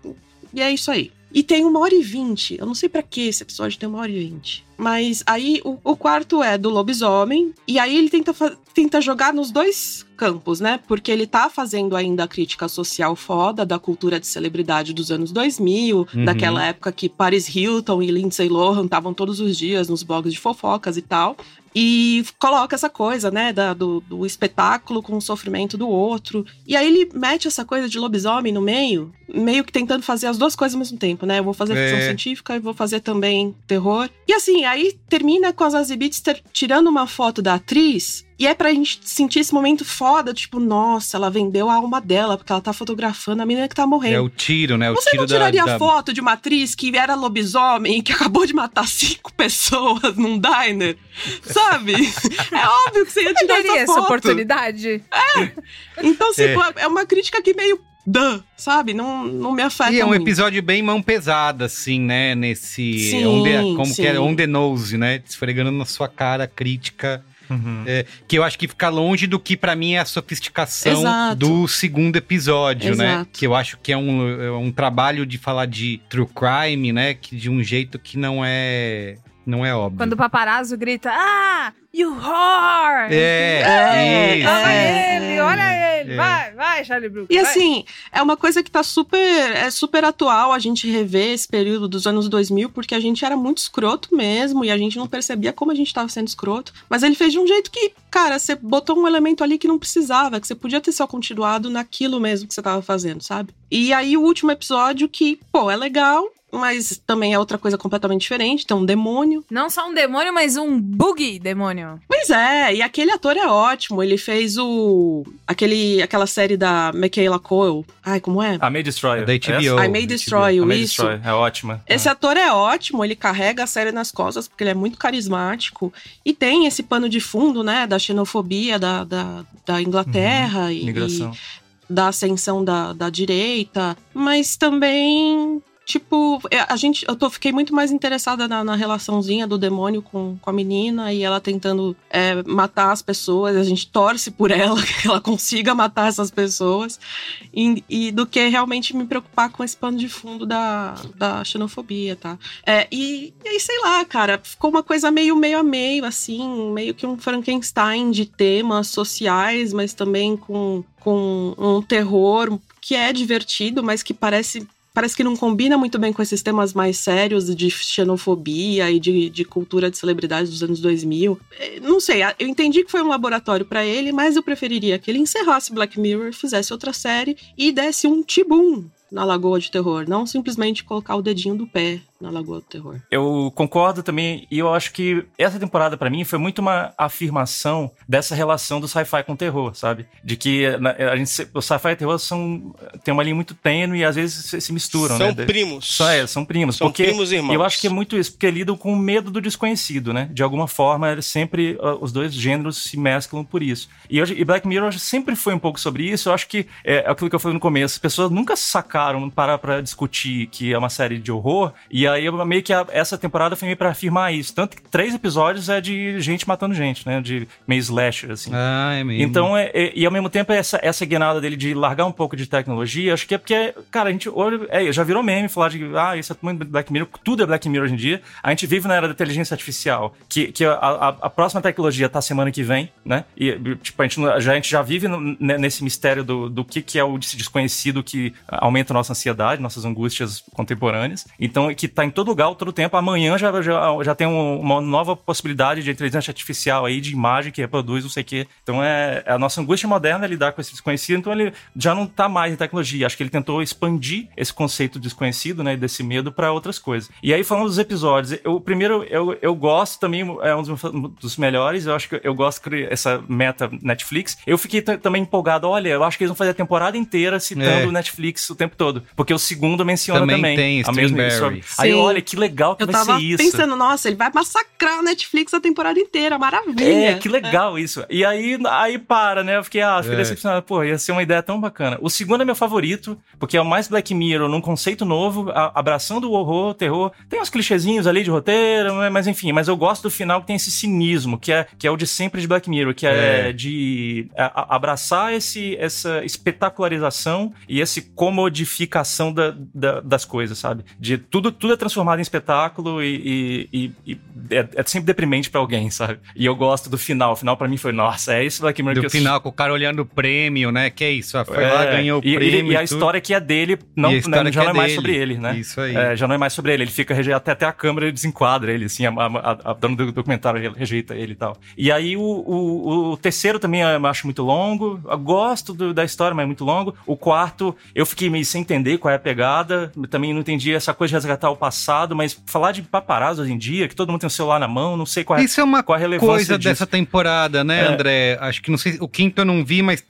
e é isso aí. E tem 1h20, eu não sei pra que esse episódio tem 1h20. Mas aí o quarto é do lobisomem, e aí ele tenta jogar nos dois campos, né? Porque ele tá fazendo ainda a crítica social foda da cultura de celebridade dos anos 2000, daquela época que Paris Hilton e Lindsay Lohan estavam todos os dias nos blogs de fofocas e tal. E coloca essa coisa, né, do espetáculo com o sofrimento do outro. E aí ele mete essa coisa de lobisomem no meio que tentando fazer as duas coisas ao mesmo tempo, né? Eu vou fazer ficção científica e vou fazer também terror. E assim, aí termina com as Azibits tirando uma foto da atriz. E é pra gente sentir esse momento foda, tipo, nossa, ela vendeu a alma dela, porque ela tá fotografando a menina que tá morrendo.
É o tiro, né?
Você não tiraria foto de uma atriz que era lobisomem e que acabou de matar 5 pessoas num diner? Sabe? É óbvio que você ia tirar essa foto.
Essa oportunidade.
Então, é uma crítica que meio... sabe? Não me afeta.
E é um
muito.
episódio bem mão pesada, assim, né? Nesse... que é on the nose, né? Esfregando na sua cara a crítica... que eu acho que fica longe do que pra mim é a sofisticação do segundo episódio, né? Que eu acho que é um trabalho de falar de true crime, né? Que de um jeito que não é óbvio.
Quando o paparazzo grita, you whore! Olha ele, vai, Charlie Brooks.
E assim, é uma coisa que tá super atual a gente rever esse período dos anos 2000, porque a gente era muito escroto mesmo, e a gente não percebia como a gente tava sendo escroto, mas ele fez de um jeito que, cara, você botou um elemento ali que não precisava, que você podia ter só continuado naquilo mesmo que você tava fazendo, sabe? E aí o último episódio que, é legal, mas também é outra coisa completamente diferente. Tem um demônio.
Não só um demônio, mas um boogie demônio.
Pois é, e aquele ator é ótimo. Ele fez aquela série da Michaela Coel. Ai, como é?
I May Destroy You.
Da HBO.
I May Destroy You, isso.
É ótima.
Esse ator é ótimo, ele carrega a série nas costas, porque ele é muito carismático. E tem esse pano de fundo, né, da xenofobia da Inglaterra.
Migração.
E da ascensão da direita. Mas também... tipo, eu fiquei muito mais interessada na relaçãozinha do demônio com a menina e ela tentando matar as pessoas. A gente torce por ela, que ela consiga matar essas pessoas. E do que realmente me preocupar com esse pano de fundo da xenofobia, tá? E aí, sei lá, cara, ficou uma coisa meio a meio, assim, meio que um Frankenstein de temas sociais, mas também com um terror que é divertido, mas que parece que não combina muito bem com esses temas mais sérios de xenofobia e de cultura de celebridades dos anos 2000. Não sei, eu entendi que foi um laboratório pra ele, mas eu preferiria que ele encerrasse Black Mirror, fizesse outra série e desse um tibum na Lagoa de Terror, não simplesmente colocar o dedinho do pé na Lagoa do Terror.
Eu concordo também, e eu acho que essa temporada pra mim foi muito uma afirmação dessa relação do sci-fi com o terror, sabe? De que o sci-fi e o terror tem uma linha muito tênue e às vezes se misturam,
são
né?
Primos.
São primos.
São primos irmãos.
Eu acho que é muito isso, porque lidam com o medo do desconhecido, né? De alguma forma, sempre os dois gêneros se mesclam por isso. E Black Mirror sempre foi um pouco sobre isso. Eu acho que é aquilo que eu falei no começo, as pessoas nunca sacaram parar pra discutir que é uma série de horror, e aí meio que essa temporada foi meio pra afirmar isso. Tanto que 3 episódios é de gente matando gente, né? De meio slasher, assim.
É mesmo.
Então, e ao mesmo tempo, essa guinada dele de largar um pouco de tecnologia, acho que é porque, cara, a gente já virou meme falar de, isso é muito Black Mirror, tudo é Black Mirror hoje em dia. A gente vive na era da inteligência artificial, que a próxima tecnologia tá semana que vem, né? E, tipo, a gente já vive nesse mistério do que é o desconhecido que aumenta a nossa ansiedade, nossas angústias contemporâneas. Então, que tá em todo lugar, todo tempo. Amanhã já tem uma nova possibilidade de inteligência artificial aí, de imagem que reproduz, não sei o quê. Então, a nossa angústia moderna é lidar com esse desconhecido. Então, ele já não tá mais em tecnologia. Acho que ele tentou expandir esse conceito de desconhecido, né, desse medo para outras coisas. E aí, falando dos episódios, o primeiro, eu gosto também, é um dos melhores. Eu acho que eu gosto dessa meta Netflix. Eu fiquei também empolgado. Olha, eu acho que eles vão fazer a temporada inteira citando o Netflix o tempo todo. Porque o segundo menciona também.
Tem
a mesma história. Aí, olha, que legal que vai ser isso.
Eu tava pensando, nossa, ele vai massacrar a Netflix a temporada inteira, maravilha.
Que legal isso. E aí para, né? Eu fiquei decepcionado. Pô, ia ser uma ideia tão bacana. O segundo é meu favorito, porque é o mais Black Mirror, num conceito novo, abraçando o horror, o terror. Tem uns clichêzinhos ali de roteiro, mas enfim, mas eu gosto do final que tem esse cinismo, que é o de sempre de Black Mirror, que é de abraçar essa espetacularização e essa comodificação das coisas, sabe? De tudo é transformado em espetáculo e é sempre deprimente pra alguém, sabe? E eu gosto do final. O final pra mim foi, nossa, é esse Black Mirror
do final, com o cara olhando o prêmio, né? Que é isso? Foi lá, ganhou o prêmio.
E a história que é dele, já não é mais sobre ele, né?
Isso aí.
Já não é mais sobre ele. Ele fica até a câmera desenquadra ele, assim, a dona do documentário rejeita ele e tal. E aí o terceiro também eu acho muito longo. Eu gosto da história, mas é muito longo. O quarto, eu fiquei meio sem entender qual é a pegada. Também não entendi essa coisa de resgatar o passado, mas falar de paparazzo hoje em dia, que todo mundo tem o celular na mão, não sei qual é.
Isso é uma coisa
disso.
Dessa temporada, né, André? Acho que, não sei, o quinto eu não vi, mas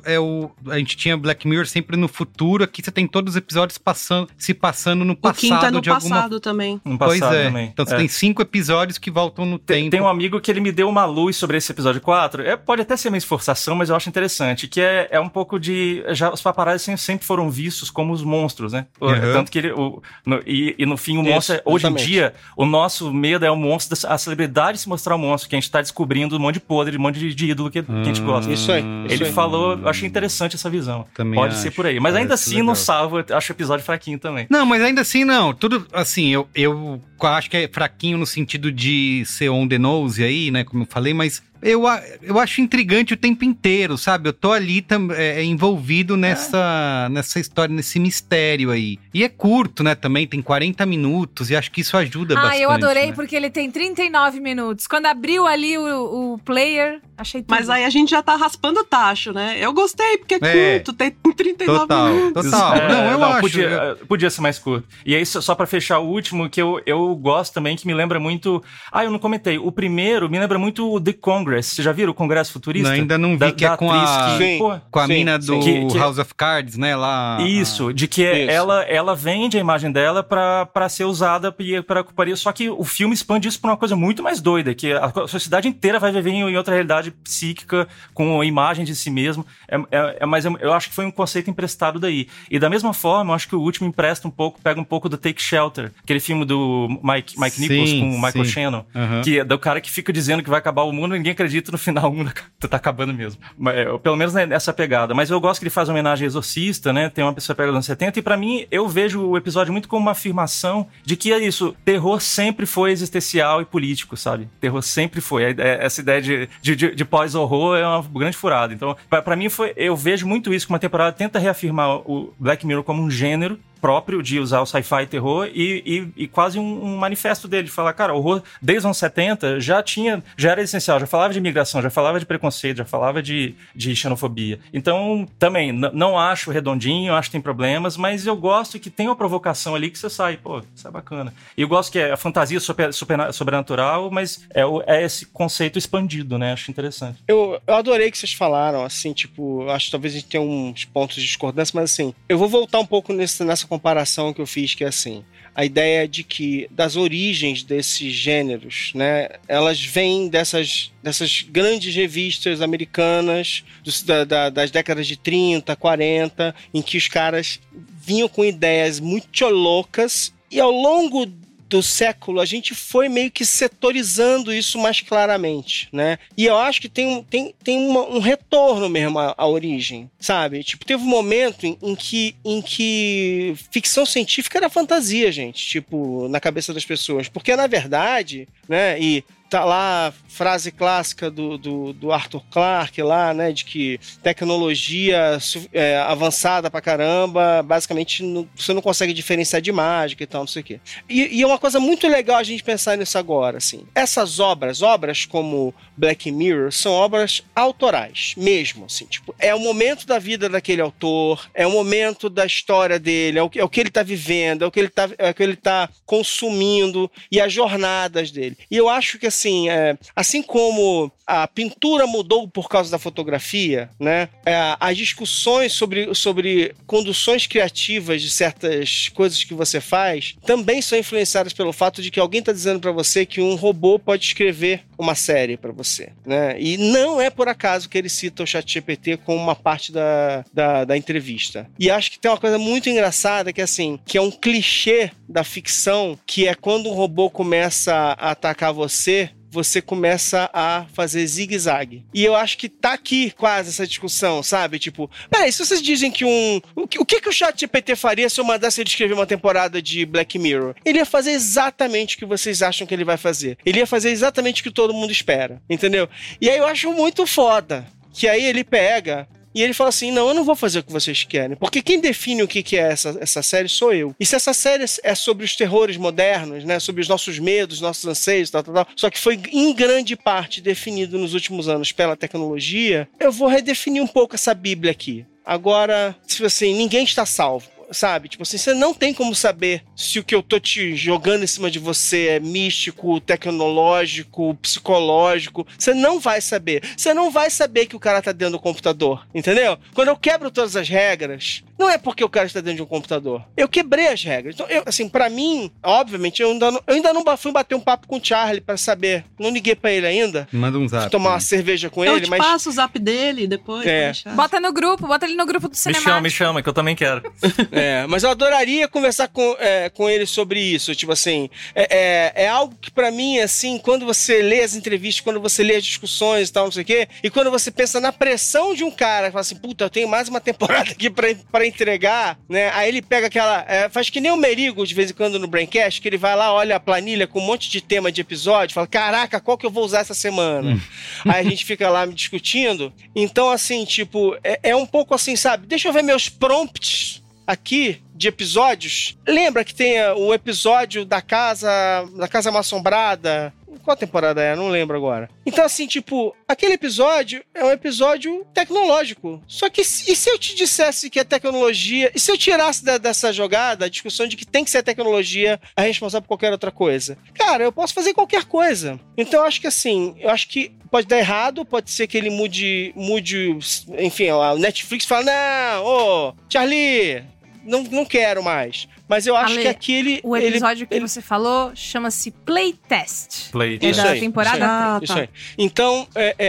a gente tinha Black Mirror sempre no futuro. Aqui você tem todos os episódios se passando no passado.
O quinto é no passado também.
No passado
pois é.
Também.
Então você tem 5 episódios que voltam no tempo.
Tem um amigo que ele me deu uma luz sobre esse episódio 4. Pode até ser uma esforçação, mas eu acho interessante. Que é um pouco de... os paparazzi sempre foram vistos como os monstros, né? Tanto que ele... no fim, o monstro... Hoje em dia, o nosso medo é o monstro, a celebridade se mostrar o monstro, que a gente tá descobrindo um monte de podre, um monte de ídolo que a gente gosta.
Isso aí.
Ele falou... Eu achei interessante essa visão.
Também
Pode ser por aí. Mas ainda assim, legal. Não salvo. Eu acho o episódio fraquinho também.
Não, mas ainda assim, não. Tudo, assim, eu acho que é fraquinho no sentido de ser on the nose aí, né? Como eu falei, mas... Eu acho intrigante o tempo inteiro, sabe? Eu tô ali envolvido nessa história, nesse mistério aí. E é curto, né? Também tem 40 minutos e acho que isso ajuda bastante.
Eu adorei,
né?
Porque ele tem 39 minutos. Quando abriu ali o player, achei tudo.
Mas aí a gente já tá raspando o tacho, né? Eu gostei, porque é curto, tem 39 minutos.
Total. Eu acho.
Podia ser mais curto. E aí, só pra fechar o último, que eu gosto também, que me lembra muito... eu não comentei. O primeiro me lembra muito o The Congress, Congress. Vocês já viram o Congresso Futurista?
Não, ainda não vi, que é com a mina do House of Cards, né? Lá,
isso, de que ela vende a imagem dela pra ser usada pra só que o filme expande isso pra uma coisa muito mais doida, que a sociedade inteira vai viver em outra realidade psíquica, com a imagem de si mesmo. Mas eu acho que foi um conceito emprestado daí. E da mesma forma, eu acho que o último pega um pouco do Take Shelter, aquele filme do Mike Nichols com o Michael Shannon, que é do cara que fica dizendo que vai acabar o mundo e ninguém acredita, no final o mundo tá acabando mesmo. Pelo menos nessa pegada. Mas eu gosto que ele faz uma homenagem a Exorcista, né? Tem uma pessoa pega dos anos 70, e pra mim, eu vejo o episódio muito como uma afirmação de que é isso, terror sempre foi existencial e político, sabe? Terror sempre foi. Essa ideia de pós-horror é uma grande furada. Então, pra mim, eu vejo muito isso, que uma temporada tenta reafirmar o Black Mirror como um gênero próprio de usar o sci-fi e terror e quase um manifesto dele, de falar, cara, o horror desde os anos 70 já era essencial, já falava de imigração, já falava de preconceito, já falava de xenofobia. Então, também, não acho redondinho, acho que tem problemas, mas eu gosto que tem uma provocação ali que você sai, pô, isso é bacana. E eu gosto que é a fantasia sobrenatural, mas é esse conceito expandido, né? Acho interessante.
Eu adorei que vocês falaram, assim, tipo, acho que talvez a gente tenha uns pontos de discordância, mas assim, eu vou voltar um pouco nessa comparação que eu fiz, que é assim, a ideia de que das origens desses gêneros, né, elas vêm dessas grandes revistas americanas das décadas de 30, 40, em que os caras vinham com ideias muito loucas, e ao longo do século, a gente foi meio que setorizando isso mais claramente, né? E eu acho que tem um retorno mesmo à origem, sabe? Tipo, teve um momento em que ficção científica era fantasia, gente, tipo, na cabeça das pessoas. Porque, na verdade, né, e tá lá a frase clássica do Arthur Clarke lá, né, de que tecnologia avançada pra caramba, basicamente você não consegue diferenciar de mágica e tal, não sei o quê. E é uma coisa muito legal a gente pensar nisso agora, assim. Essas obras como Black Mirror, são obras autorais, mesmo, assim, tipo, é o momento da vida daquele autor, é o momento da história dele, é o que ele tá vivendo, é o que ele tá consumindo, e as jornadas dele. E eu acho que, assim como a pintura mudou por causa da fotografia, né? As discussões sobre conduções criativas de certas coisas que você faz também são influenciadas pelo fato de que alguém está dizendo para você que um robô pode escrever uma série para você, né? E não é por acaso que ele cita o ChatGPT como uma parte da entrevista. E acho que tem uma coisa muito engraçada que é um clichê da ficção, que é quando um robô começa a atacar você começa a fazer zigue-zague. E eu acho que tá aqui quase essa discussão, sabe? Tipo, peraí, se vocês dizem que o que o ChatGPT faria se eu mandasse ele escrever uma temporada de Black Mirror? Ele ia fazer exatamente o que vocês acham que ele vai fazer. Ele ia fazer exatamente o que todo mundo espera, entendeu? E aí eu acho muito foda que aí ele pega e ele fala assim, não, eu não vou fazer o que vocês querem, porque quem define o que é essa série sou eu. E se essa série é sobre os terrores modernos, né, sobre os nossos medos, nossos anseios, tal, só que foi em grande parte definido nos últimos anos pela tecnologia, eu vou redefinir um pouco essa Bíblia aqui. Agora, tipo assim, ninguém está salvo. Sabe? Tipo assim, você não tem como saber se o que eu tô te jogando em cima de você é místico, tecnológico, psicológico. Você não vai saber. Você não vai saber que o cara tá dentro do computador. Entendeu? Quando eu quebro todas as regras, não é porque o cara está dentro de um computador. Eu quebrei as regras. Então, pra mim, obviamente, eu ainda não fui bater um papo com o Charlie pra saber. Não liguei pra ele ainda.
Manda um zap.
Tomar uma cerveja com ele, mas...
Eu te passo o zap dele depois.
Bota ele no grupo do cinema.
Me chama, que eu também quero.
Mas eu adoraria conversar com ele sobre isso. Tipo assim, é algo que pra mim, assim, quando você lê as entrevistas, quando você lê as discussões e tal, não sei o quê, e quando você pensa na pressão de um cara, que fala assim, puta, eu tenho mais uma temporada aqui pra entregar, né? Aí ele pega aquela... faz que nem o Merigo, de vez em quando, no Braincast, que ele vai lá, olha a planilha com um monte de tema de episódio, fala, caraca, qual que eu vou usar essa semana? Aí a gente fica lá me discutindo. Então, assim, tipo, é um pouco assim, sabe? Deixa eu ver meus prompts aqui de episódios. Lembra que tem o episódio da casa mal assombrada? Qual temporada é? Não lembro agora. Então, assim, tipo, aquele episódio é um episódio tecnológico. Só que, e se eu te dissesse que a tecnologia... E se eu tirasse dessa jogada a discussão de que tem que ser a tecnologia a responsável por qualquer outra coisa? Cara, eu posso fazer qualquer coisa. Então, eu acho que, assim, pode dar errado, pode ser que ele mude, enfim, a Netflix fala, não, Charlie, não quero mais. Mas eu acho que aquele...
O episódio que você falou chama-se Playtest. É da temporada 3.
Isso aí. Então,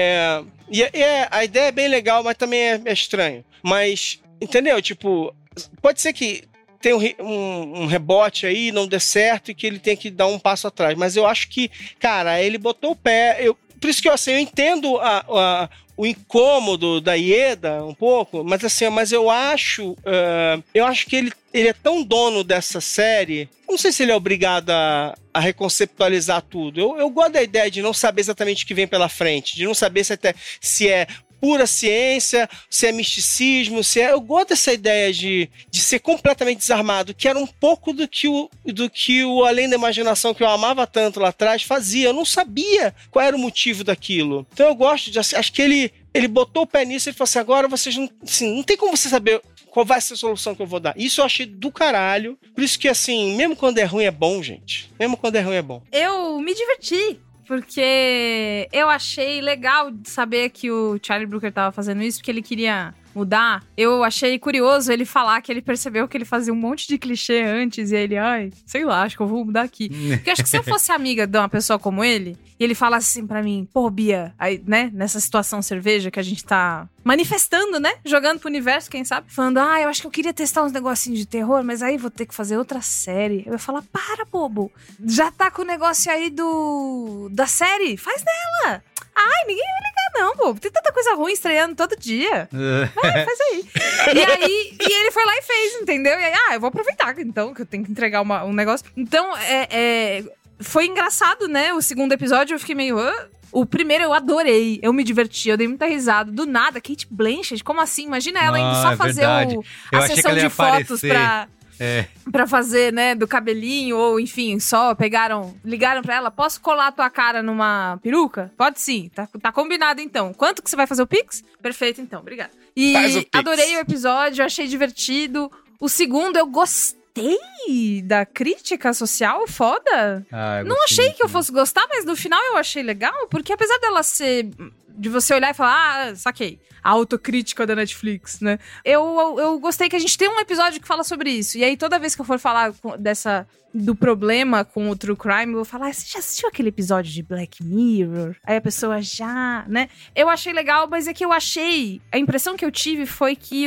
a ideia é bem legal, mas também é estranho. Mas, entendeu? Tipo, pode ser que tem um rebote aí, não dê certo e que ele tem que dar um passo atrás. Mas eu acho que, cara, ele botou o pé... Por isso que eu entendo o incômodo da Ieda um pouco, mas eu acho que ele é tão dono dessa série, não sei se ele é obrigado a reconceptualizar tudo. Eu gosto da ideia de não saber exatamente o que vem pela frente, de não saber se é pura ciência, se é misticismo, eu gosto dessa ideia de ser completamente desarmado, que era um pouco do que o Além da Imaginação, que eu amava tanto lá atrás, fazia. Eu não sabia qual era o motivo daquilo. Então eu gosto acho que ele botou o pé nisso e falou assim, agora vocês não tem como você saber qual vai ser a solução que eu vou dar. Isso eu achei do caralho. Por isso que, assim, mesmo quando é ruim é bom, gente. Mesmo quando é ruim é bom.
Eu me diverti. Porque eu achei legal de saber que o Charlie Brooker tava fazendo isso, porque ele queria mudar. Eu achei curioso ele falar que ele percebeu que ele fazia um monte de clichê antes, e ele, sei lá, acho que eu vou mudar aqui. Porque eu acho que se eu fosse amiga de uma pessoa como ele, e ele falasse assim pra mim, pô, Bia, aí, né, nessa situação cerveja que a gente tá manifestando, né, jogando pro universo, quem sabe, falando, eu acho que eu queria testar uns negocinhos de terror, mas aí vou ter que fazer outra série. Eu ia falar, para, bobo, já tá com o negócio aí da série, faz nela. Ninguém vai ligar não, pô, tem tanta coisa ruim estreando todo dia. Faz aí. E ele foi lá e fez, entendeu? E aí, eu vou aproveitar, então, que eu tenho que entregar um negócio. Então, foi engraçado, né? O segundo episódio eu fiquei meio... O primeiro eu adorei, eu me diverti, eu dei muita risada. Do nada, Cate Blanchett, como assim? Imagina ela indo só fazer a sessão de fotos pra fazer, né, do cabelinho, ou enfim, só ligaram pra ela, posso colar a tua cara numa peruca? Pode sim, tá combinado então. Quanto que você vai fazer o Pix? Perfeito então, obrigada. E adorei o episódio, achei divertido. O segundo eu gostei da crítica social, foda. Não achei que eu fosse gostar, mas no final eu achei legal, porque apesar dela ser... de você olhar e falar, saquei, a autocrítica da Netflix, né? Eu gostei que a gente tem um episódio que fala sobre isso. E aí, toda vez que eu for falar do problema com o True Crime, eu vou falar, você já assistiu aquele episódio de Black Mirror? Aí a pessoa já, né? Eu achei legal, mas é que a impressão que eu tive foi que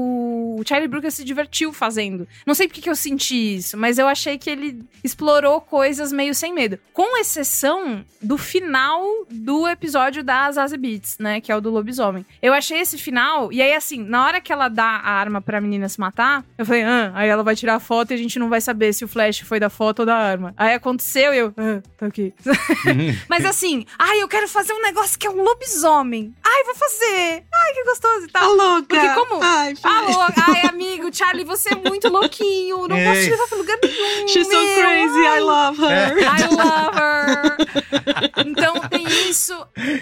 o Charlie Brooker se divertiu fazendo. Não sei porque que eu senti isso, mas eu achei que ele explorou coisas meio sem medo. Com exceção do final do episódio das Zazie Beetz, né? Que é o do lobisomem. Eu achei esse final, e aí assim, na hora que ela dá a arma pra menina se matar, eu falei, aí ela vai tirar a foto e a gente não vai saber se o flash foi da foto ou da arma. Aí aconteceu e eu, tá ok. Mas assim, eu quero fazer um negócio que é um lobisomem. Vou fazer. Que gostoso e tal.
Tá louca.
Porque como... louca. Amigo, Charlie, você é muito louquinho. Não posso te levar pra lugar nenhum.
She's so crazy, I love her.
I love her. Então tem isso.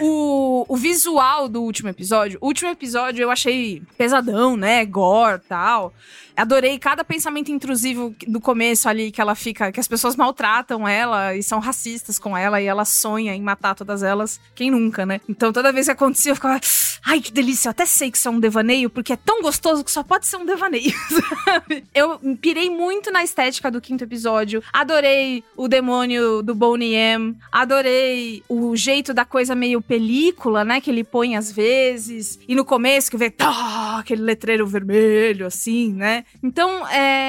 O visual do último episódio. O último episódio eu achei pesadão, né? Gore e tal. Adorei cada pensamento intrusivo do começo ali, que ela fica... que as pessoas maltratam ela e são racistas com ela, e ela sonha em matar todas elas. Quem nunca, né? Então toda vez que acontecia eu ficava... Ai, que delícia, eu até sei que isso é um devaneio, porque é tão gostoso que só pode ser um devaneio, sabe? Eu me pirei muito na estética do quinto episódio. Adorei o demônio do Boney M. Adorei o jeito da coisa meio película, né? Que ele põe às vezes. E no começo que vê... aquele letreiro vermelho, assim, né? Então,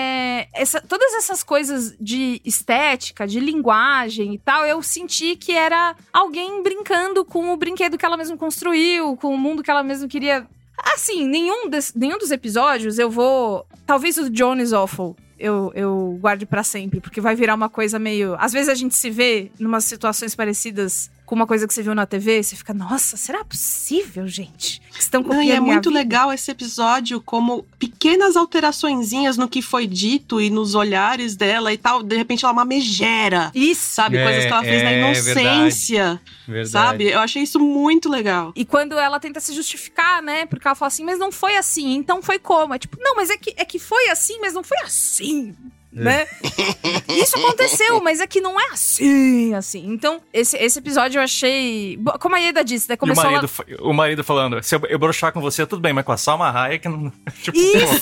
todas essas coisas de estética, de linguagem e tal, eu senti que era alguém brincando com o brinquedo que ela mesma construiu, com o mundo que ela mesma queria... Assim, nenhum dos episódios eu vou... Talvez o John is Awful eu guarde pra sempre, porque vai virar uma coisa meio... Às vezes a gente se vê em umas situações parecidas com uma coisa que você viu na TV, você fica, nossa, será possível, gente? Que estão copiando
e é muito
vida?
legal esse episódio, como pequenas alteraçõezinhas no que foi dito e nos olhares dela e tal. De repente ela é uma megera.
Isso.
Sabe? Coisas que ela fez na inocência.
Verdade.
Sabe? Eu achei isso muito legal.
E quando ela tenta se justificar, né? Porque ela fala assim, mas não foi assim, então foi como? É tipo, não, mas é que foi assim, mas não foi assim. Né? Isso aconteceu, mas é que não é assim. Então, esse episódio eu achei... Como a Ieda disse, né? Começou
o marido falando, se eu broxar com você, tudo bem, mas com a Salma Hayek... Não... Tipo,
isso!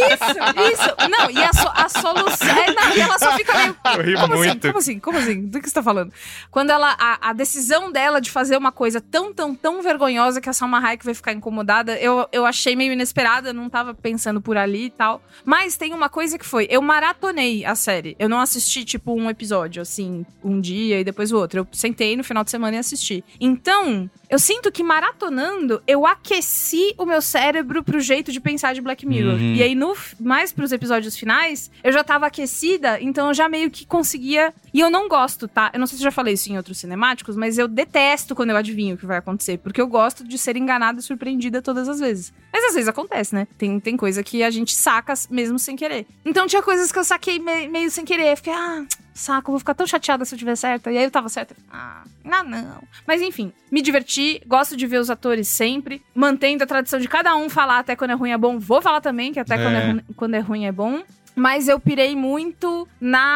Não, e a solução... e ela só fica meio...
Eu ri muito.
Como assim? Do que você tá falando? Quando ela... A decisão dela de fazer uma coisa tão vergonhosa que a Salma Hayek vai ficar incomodada, eu achei meio inesperada, não tava pensando por ali e tal. Mas tem uma coisa que foi... Eu maratonei a série. Eu não assisti, tipo, um episódio, assim, um dia e depois o outro. Eu sentei no final de semana e assisti. Então, eu sinto que maratonando, eu aqueci o meu cérebro pro jeito de pensar de Black Mirror. E aí, mais pros episódios finais, eu já tava aquecida, então eu já meio que conseguia... E eu não gosto, tá? Eu não sei se eu já falei isso em outros cinemáticos, mas eu detesto quando eu adivinho o que vai acontecer, porque eu gosto de ser enganada e surpreendida todas as vezes. Mas às vezes acontece, né? Tem coisa que a gente saca mesmo sem querer. Então tinha coisas que eu saquei meio sem querer. Eu fiquei, saco, eu vou ficar tão chateada se eu tiver certa. E aí eu tava certa. Não. Mas enfim, me diverti, gosto de ver os atores sempre, mantendo a tradição de cada um falar até quando é ruim é bom. Vou falar também que até quando é ruim é bom. Mas eu pirei muito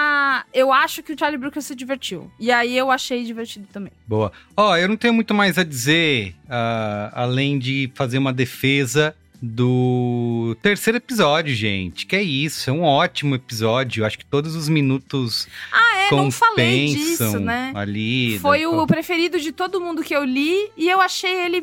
eu acho que o Charlie Brooker se divertiu. E aí eu achei divertido também.
Boa. Eu não tenho muito mais a dizer, além de fazer uma defesa do terceiro episódio, gente. Que é isso, é um ótimo episódio. Eu acho que todos os minutos
não falei disso, né?
Ali.
Foi o preferido de todo mundo que eu li e eu achei ele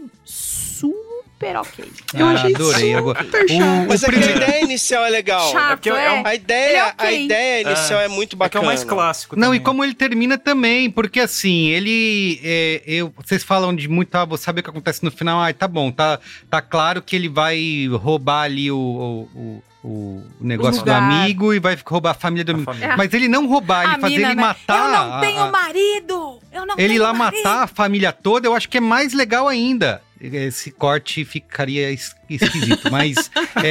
super ok.
Eu achei
adorei.
super chato.
Mas a ideia inicial é legal.
Chato,
A ideia inicial é muito bacana.
É o mais clássico
Não,
também.
e como ele termina também, porque assim, ele... vocês falam de muito, vou saber o que acontece no final. Tá bom, tá claro que ele vai roubar ali o negócio do amigo e vai roubar a família do amigo. Mas ele não roubar, ele fazer ele matar...
Eu não tenho marido!
Ele lá matar a família toda, eu acho que é mais legal ainda. Esse corte ficaria esquisito, mas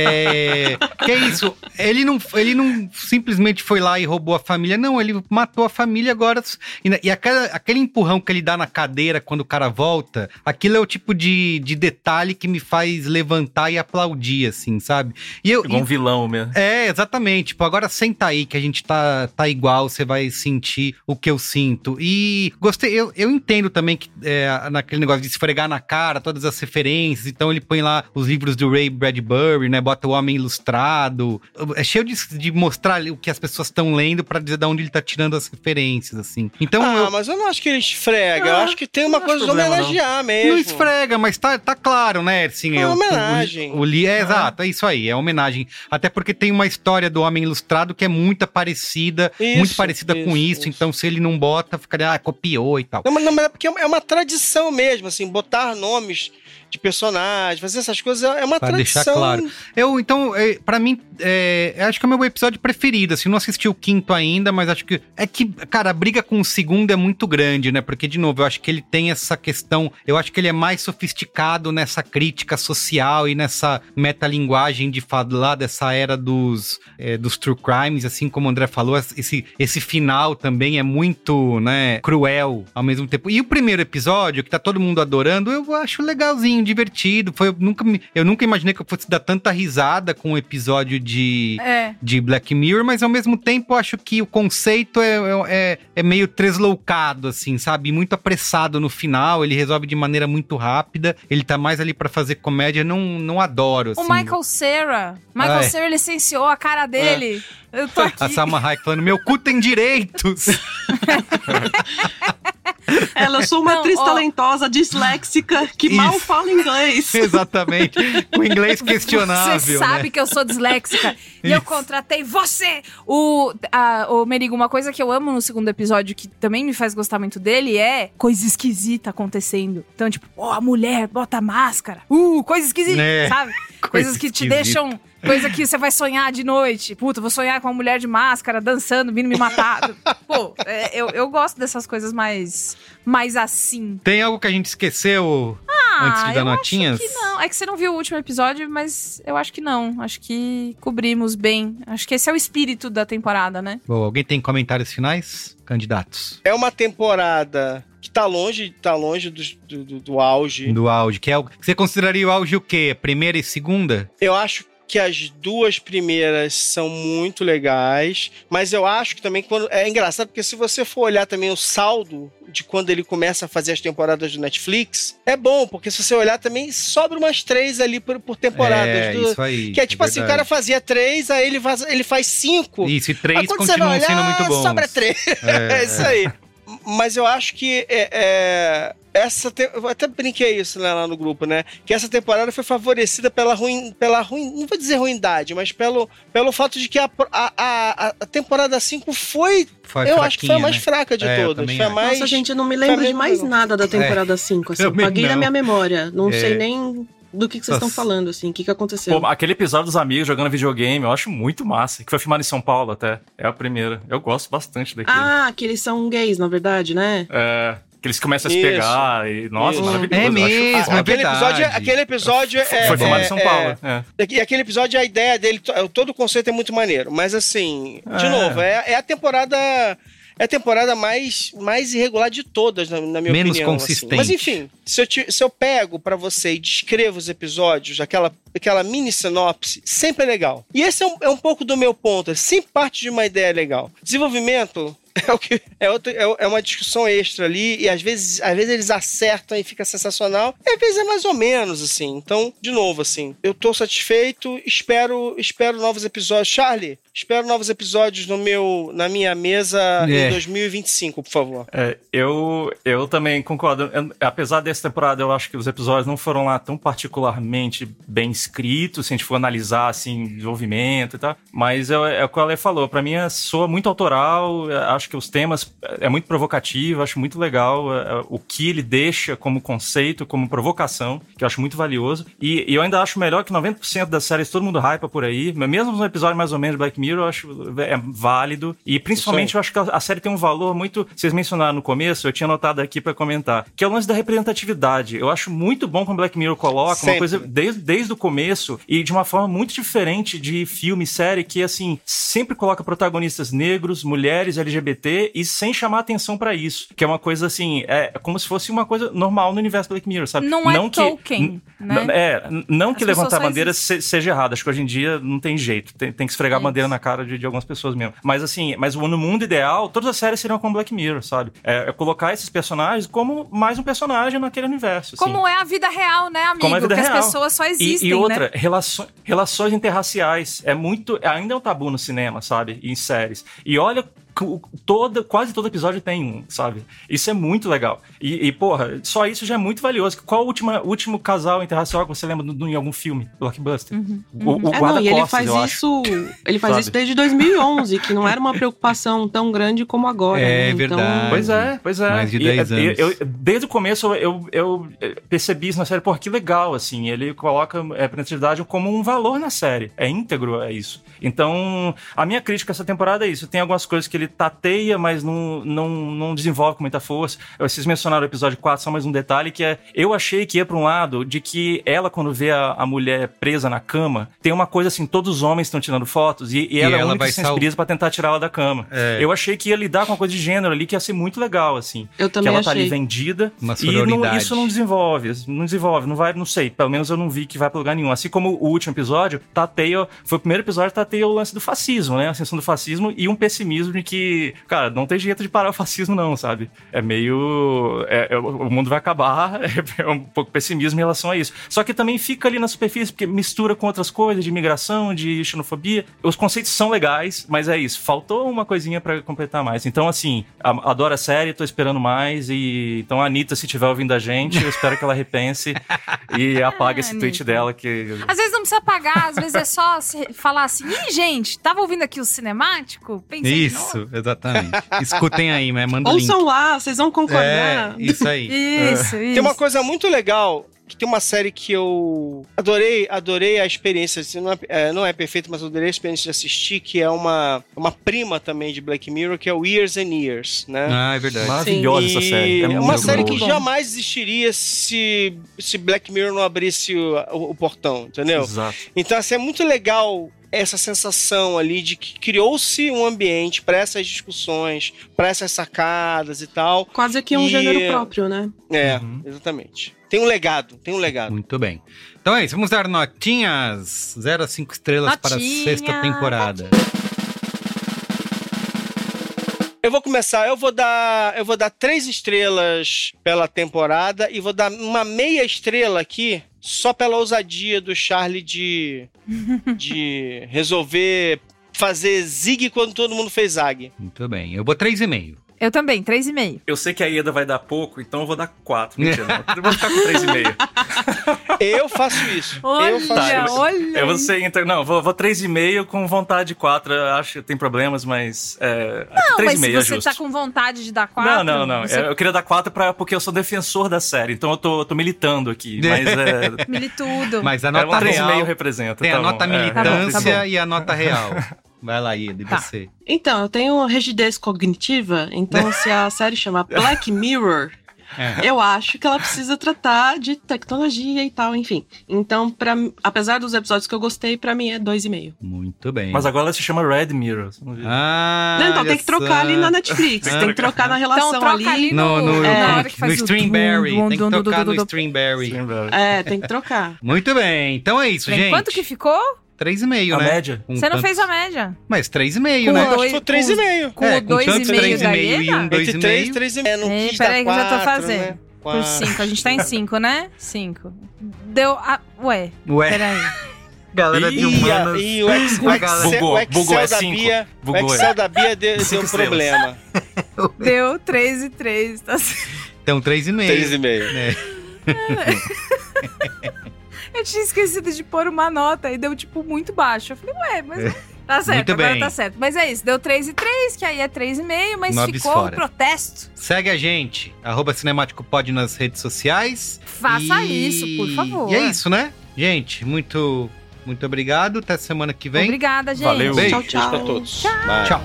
que é isso, ele não simplesmente foi lá e roubou a família, não, ele matou a família agora, e aquele empurrão que ele dá na cadeira quando o cara volta, aquilo é o tipo de detalhe que me faz levantar e aplaudir, assim, sabe?
Igual um vilão mesmo.
Exatamente, tipo, agora senta aí que a gente tá igual, você vai sentir o que eu sinto, e gostei, eu entendo também que naquele negócio de esfregar na cara, todas as referências, então ele põe lá os livros do Ray Bradbury, né, bota o Homem Ilustrado, é cheio de mostrar o que as pessoas estão lendo pra dizer de onde ele tá tirando as referências, assim. Então,
mas eu não acho que ele esfrega, eu acho que tem uma coisa de homenagear mesmo.
Não esfrega, mas tá claro, né, assim.
É uma homenagem.
Exato, é isso aí, é homenagem. Até porque tem uma história do Homem Ilustrado que é muito parecida com isso, então se ele não bota, ficaria, copiou e tal.
Não, mas é porque é uma tradição mesmo, assim, botar nomes de personagens, fazer essas coisas é uma tradição.
Deixar claro. Pra mim, acho que é o meu episódio preferido, assim, não assisti o quinto ainda, mas acho que cara, a briga com o segundo é muito grande, né, porque, de novo, eu acho que ele tem essa questão, eu acho que ele é mais sofisticado nessa crítica social e nessa metalinguagem de falar dessa era dos true crimes, assim como o André falou, esse final também é muito, né, cruel ao mesmo tempo. E o primeiro episódio, que tá todo mundo adorando, eu acho legalzinho, divertido. Eu nunca imaginei que eu fosse dar tanta risada com um episódio de Black Mirror, mas ao mesmo tempo eu acho que o conceito é meio tresloucado, assim, sabe? Muito apressado no final, ele resolve de maneira muito rápida, ele tá mais ali pra fazer comédia, não adoro, assim.
O Michael Cera, Cera licenciou a cara dele. Eu tô aqui.
A Salma Hayek falando, meu cu tem direitos.
Eu sou uma atriz talentosa, disléxica, que mal fala inglês.
Exatamente. Com inglês questionável.
Você sabe, né, que eu sou disléxica. E eu contratei você. O Merigo, uma coisa que eu amo no segundo episódio, que também me faz gostar muito dele, é coisa esquisita acontecendo. Então, tipo, a mulher bota máscara. Coisa esquisita, sabe? Coisas que te deixam... Coisa que você vai sonhar de noite. Puta, vou sonhar com uma mulher de máscara, dançando, vindo me matar. Pô, eu gosto dessas coisas mais assim.
Tem algo que a gente esqueceu antes de dar notinhas?
Acho que não. É que você não viu o último episódio, mas eu acho que não. Acho que cobrimos bem. Acho que esse é o espírito da temporada, né?
Bom, alguém tem comentários finais? Candidatos.
É uma temporada... que tá longe do auge.
Do auge, que é o... Você consideraria o auge o quê? Primeira e segunda?
Eu acho que as duas primeiras são muito legais, mas eu acho que também quando... É engraçado, porque se você for olhar também o saldo de quando ele começa a fazer as temporadas do Netflix, é bom, porque se você olhar também, sobra umas 3 ali por temporada.
Isso aí.
Que é tipo assim, o cara fazia 3, aí ele faz 5.
Isso, e 3 continuam sendo muito bons.
Sobra 3. É isso aí. Mas eu acho que eu até brinquei isso, né, lá no grupo, né? Que essa temporada foi favorecida pela ruim, não vou dizer ruindade, mas pelo fato de que a temporada 5 foi eu acho que foi a mais fraca de todas. Foi a mais,
nossa, gente, eu não me lembro de mais nada da temporada 5. Assim, paguei na minha memória. Não sei nem... do que vocês estão falando, assim, o que aconteceu.
Pô, aquele episódio dos amigos jogando videogame, eu acho muito massa, que foi filmado em São Paulo até, é a primeira. Eu gosto bastante daquele.
Ah, que eles são gays, na verdade, né?
É, que eles começam a se pegar e, nossa, maravilhoso.
É mesmo,
aquele episódio
foi filmado em São Paulo.
E aquele episódio, a ideia dele, todo o conceito é muito maneiro, mas assim, de novo, é a temporada... É a temporada mais irregular de todas, na minha opinião.
Menos consistente.
Assim. Mas enfim, se eu pego pra você e descrevo os episódios, aquela mini sinopse, sempre é legal. E esse é um pouco do meu ponto, sempre parte de uma ideia legal. Desenvolvimento... É uma discussão extra ali, e às vezes eles acertam e fica sensacional, e às vezes é mais ou menos, assim. Então, de novo, assim, eu tô satisfeito, espero novos episódios. Charlie, espero novos episódios na minha mesa em 2025, por favor.
Eu também concordo. Apesar dessa temporada, eu acho que os episódios não foram lá tão particularmente bem escritos, se a gente for analisar, assim, desenvolvimento e tal, mas é o que o Ale falou, pra mim soa muito autoral, acho que os temas é muito provocativo, acho muito legal o que ele deixa como conceito, como provocação, que eu acho muito valioso, e eu ainda acho melhor que 90% das séries todo mundo hypa por aí, mesmo no episódio mais ou menos de Black Mirror, eu acho válido, e principalmente eu acho que a série tem um valor muito, vocês mencionaram no começo, eu tinha anotado aqui pra comentar, que é o lance da representatividade. Eu acho muito bom como Black Mirror coloca uma coisa desde o começo, e de uma forma muito diferente de filme, série, que assim, sempre coloca protagonistas negros, mulheres, LGBT, e sem chamar atenção pra isso. Que é uma coisa assim, é como se fosse uma coisa normal no universo Black Mirror, sabe?
Não é Tolkien, né?
Não que levantar a bandeira seja errado. Acho que hoje em dia não tem jeito. Tem que esfregar a bandeira na cara de algumas pessoas mesmo. Mas assim, no mundo ideal, todas as séries seriam como Black Mirror, sabe? É colocar esses personagens como mais um personagem naquele universo. Assim.
Como é a vida real, né, amigo?
Como é a vida real.
As pessoas só existem,
e outra,
né?
relações interraciais. Ainda é um tabu no cinema, sabe? E em séries. E olha... quase todo episódio tem um, sabe? Isso é muito legal. E porra, só isso já é muito valioso. Qual o último casal interracial que você lembra em algum filme? Blockbuster? O
Guarda-Costas, ele faz isso desde 2011, que não era uma preocupação tão grande como agora.
É,
né?
verdade.
Então...
Pois é.
Mais de 10 anos.
Desde o começo eu percebi isso na série, porra, que legal, assim. Ele coloca a representatividade como um valor na série. É íntegro, é isso. Então, a minha crítica essa temporada é isso. Tem algumas coisas que ele tateia, mas não desenvolve com muita força. Vocês mencionaram o episódio 4, só mais um detalhe, que é... Eu achei que ia pra um lado de que ela, quando vê a mulher presa na cama, tem uma coisa assim, todos os homens estão tirando fotos e ela é a única que se sensibiliza pra tentar tirá-la da cama. Eu achei que ia lidar com uma coisa de gênero ali, que ia ser muito legal, assim.
Eu também
que ela
achei.
tá ali vendida
e
isso não desenvolve, não vai, não sei, pelo menos eu não vi que vai pra lugar nenhum. Assim como o último episódio, foi o primeiro episódio que tateia o lance do fascismo, né? A ascensão do fascismo e um pessimismo de que, cara, não tem jeito de parar o fascismo não, sabe? É meio... o mundo vai acabar, é um pouco pessimismo em relação a isso. Só que também fica ali na superfície, porque mistura com outras coisas, de imigração, de xenofobia. Os conceitos são legais, mas é isso. Faltou uma coisinha pra completar mais. Então, assim, adoro a série, tô esperando mais. Então, a Anitta, se estiver ouvindo a gente, eu espero que ela repense e apague esse tweet dela. Que...
Às vezes não precisa apagar, às vezes é só falar assim, gente, tava ouvindo aqui o cinemático? Pensei
isso, exatamente. Escutem aí, né? Manda o link.
Ouçam lá, vocês vão concordar.
Isso aí.
Isso.
Tem uma coisa muito legal que tem uma série que eu adorei a experiência, assim, não é perfeito, mas eu adorei a experiência de assistir, que é uma prima também de Black Mirror, que é o Years and Years, né?
Ah, é verdade.
Maravilhosa essa série.
É uma série que jamais existiria se Black Mirror não abrisse o portão, entendeu?
Exato.
Então, assim, é muito legal essa sensação ali de que criou-se um ambiente para essas discussões, para essas sacadas e tal.
Quase que um gênero próprio, né?
Exatamente. Tem um legado.
Muito bem. Então é isso, vamos dar notinhas 0 a 5 estrelas para a 6ª temporada.
Eu vou começar, eu vou dar 3 estrelas pela temporada e vou dar uma meia estrela aqui só pela ousadia do Charlie de resolver fazer zig quando todo mundo fez zag.
Muito bem, eu vou 3,5.
Eu também, 3,5.
Eu sei que a Ieda vai dar pouco, então eu vou dar 4. Mentira, não. Eu vou ficar com 3,5.
Eu faço isso.
Olha.
Eu vou ser vou 3,5 com vontade de 4. Eu acho que tem problemas, mas 3,5 é justo.
Você tá com vontade de dar 4?
Não. Você... Eu queria dar 4 porque eu sou defensor da série, então eu tô militando aqui. Mas
Militudo.
Mas a nota real
3,5 representa.
Tem
tá
a
bom.
nota militância e a nota real. Vai lá, Ieda, e você?
Então, eu tenho rigidez cognitiva, então se a série chama Black Mirror, eu acho que ela precisa tratar de tecnologia e tal, enfim. Então, apesar dos episódios que eu gostei, pra mim é 2,5.
Muito bem.
Mas agora ela se chama Red Mirror. Não,
então tem que trocar ali na Netflix, tem que trocar na relação
então,
ali.
No Streamberry, tem que tocar no Streamberry.
Tem que trocar.
Muito bem, então é isso, gente.
Quanto que ficou?
3,5, né?
A média.
Você não fez a média.
Mas 3,5, né?
Acho que foi 3,5.
Com o 2,5 da Ieda?
E um 2,5.
3,5. Não quis dar 4,
peraí que eu já tô fazendo.
Né?
Por 5. A gente tá em 5, né? 5. Deu... Ué.
Peraí. Galera de humanas.
E o Excel da Bia deu problema.
Deu 3,3. Tá certo.
Então 3,5.
3,5.
Eu tinha esquecido de pôr uma nota e deu, tipo, muito baixo. Eu falei, mas tá certo,
muito
agora
bem.
tá certo. Mas é isso, deu 3,3, que aí é 3,5, mas ficou um protesto.
Segue a gente, @cinemáticopod nas redes sociais.
Faça isso, por favor.
E é isso, né? Gente, muito obrigado. Até semana que vem.
Obrigada, gente.
Valeu.
Beijo.
Tchau pra todos.
Tchau.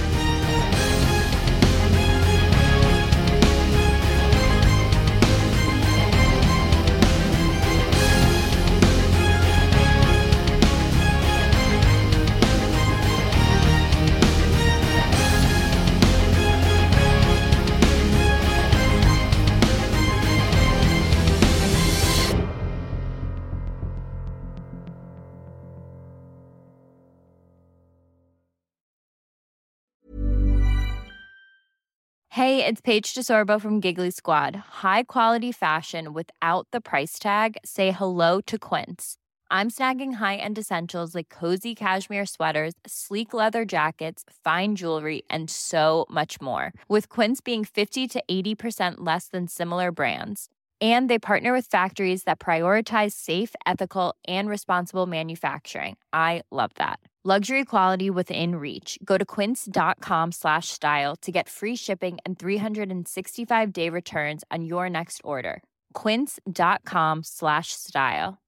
Hey, it's Paige DeSorbo from Giggly Squad. High quality fashion without the price tag. Say hello to Quince. I'm snagging high-end essentials like cozy cashmere sweaters, sleek leather jackets, fine jewelry, and so much more. With Quince being 50 to 80% less than similar brands. And they partner with factories that prioritize safe, ethical, and responsible manufacturing. I love that. Luxury quality within reach. Go to quince.com/style to get free shipping and 365-day returns on your next order. Quince.com/style.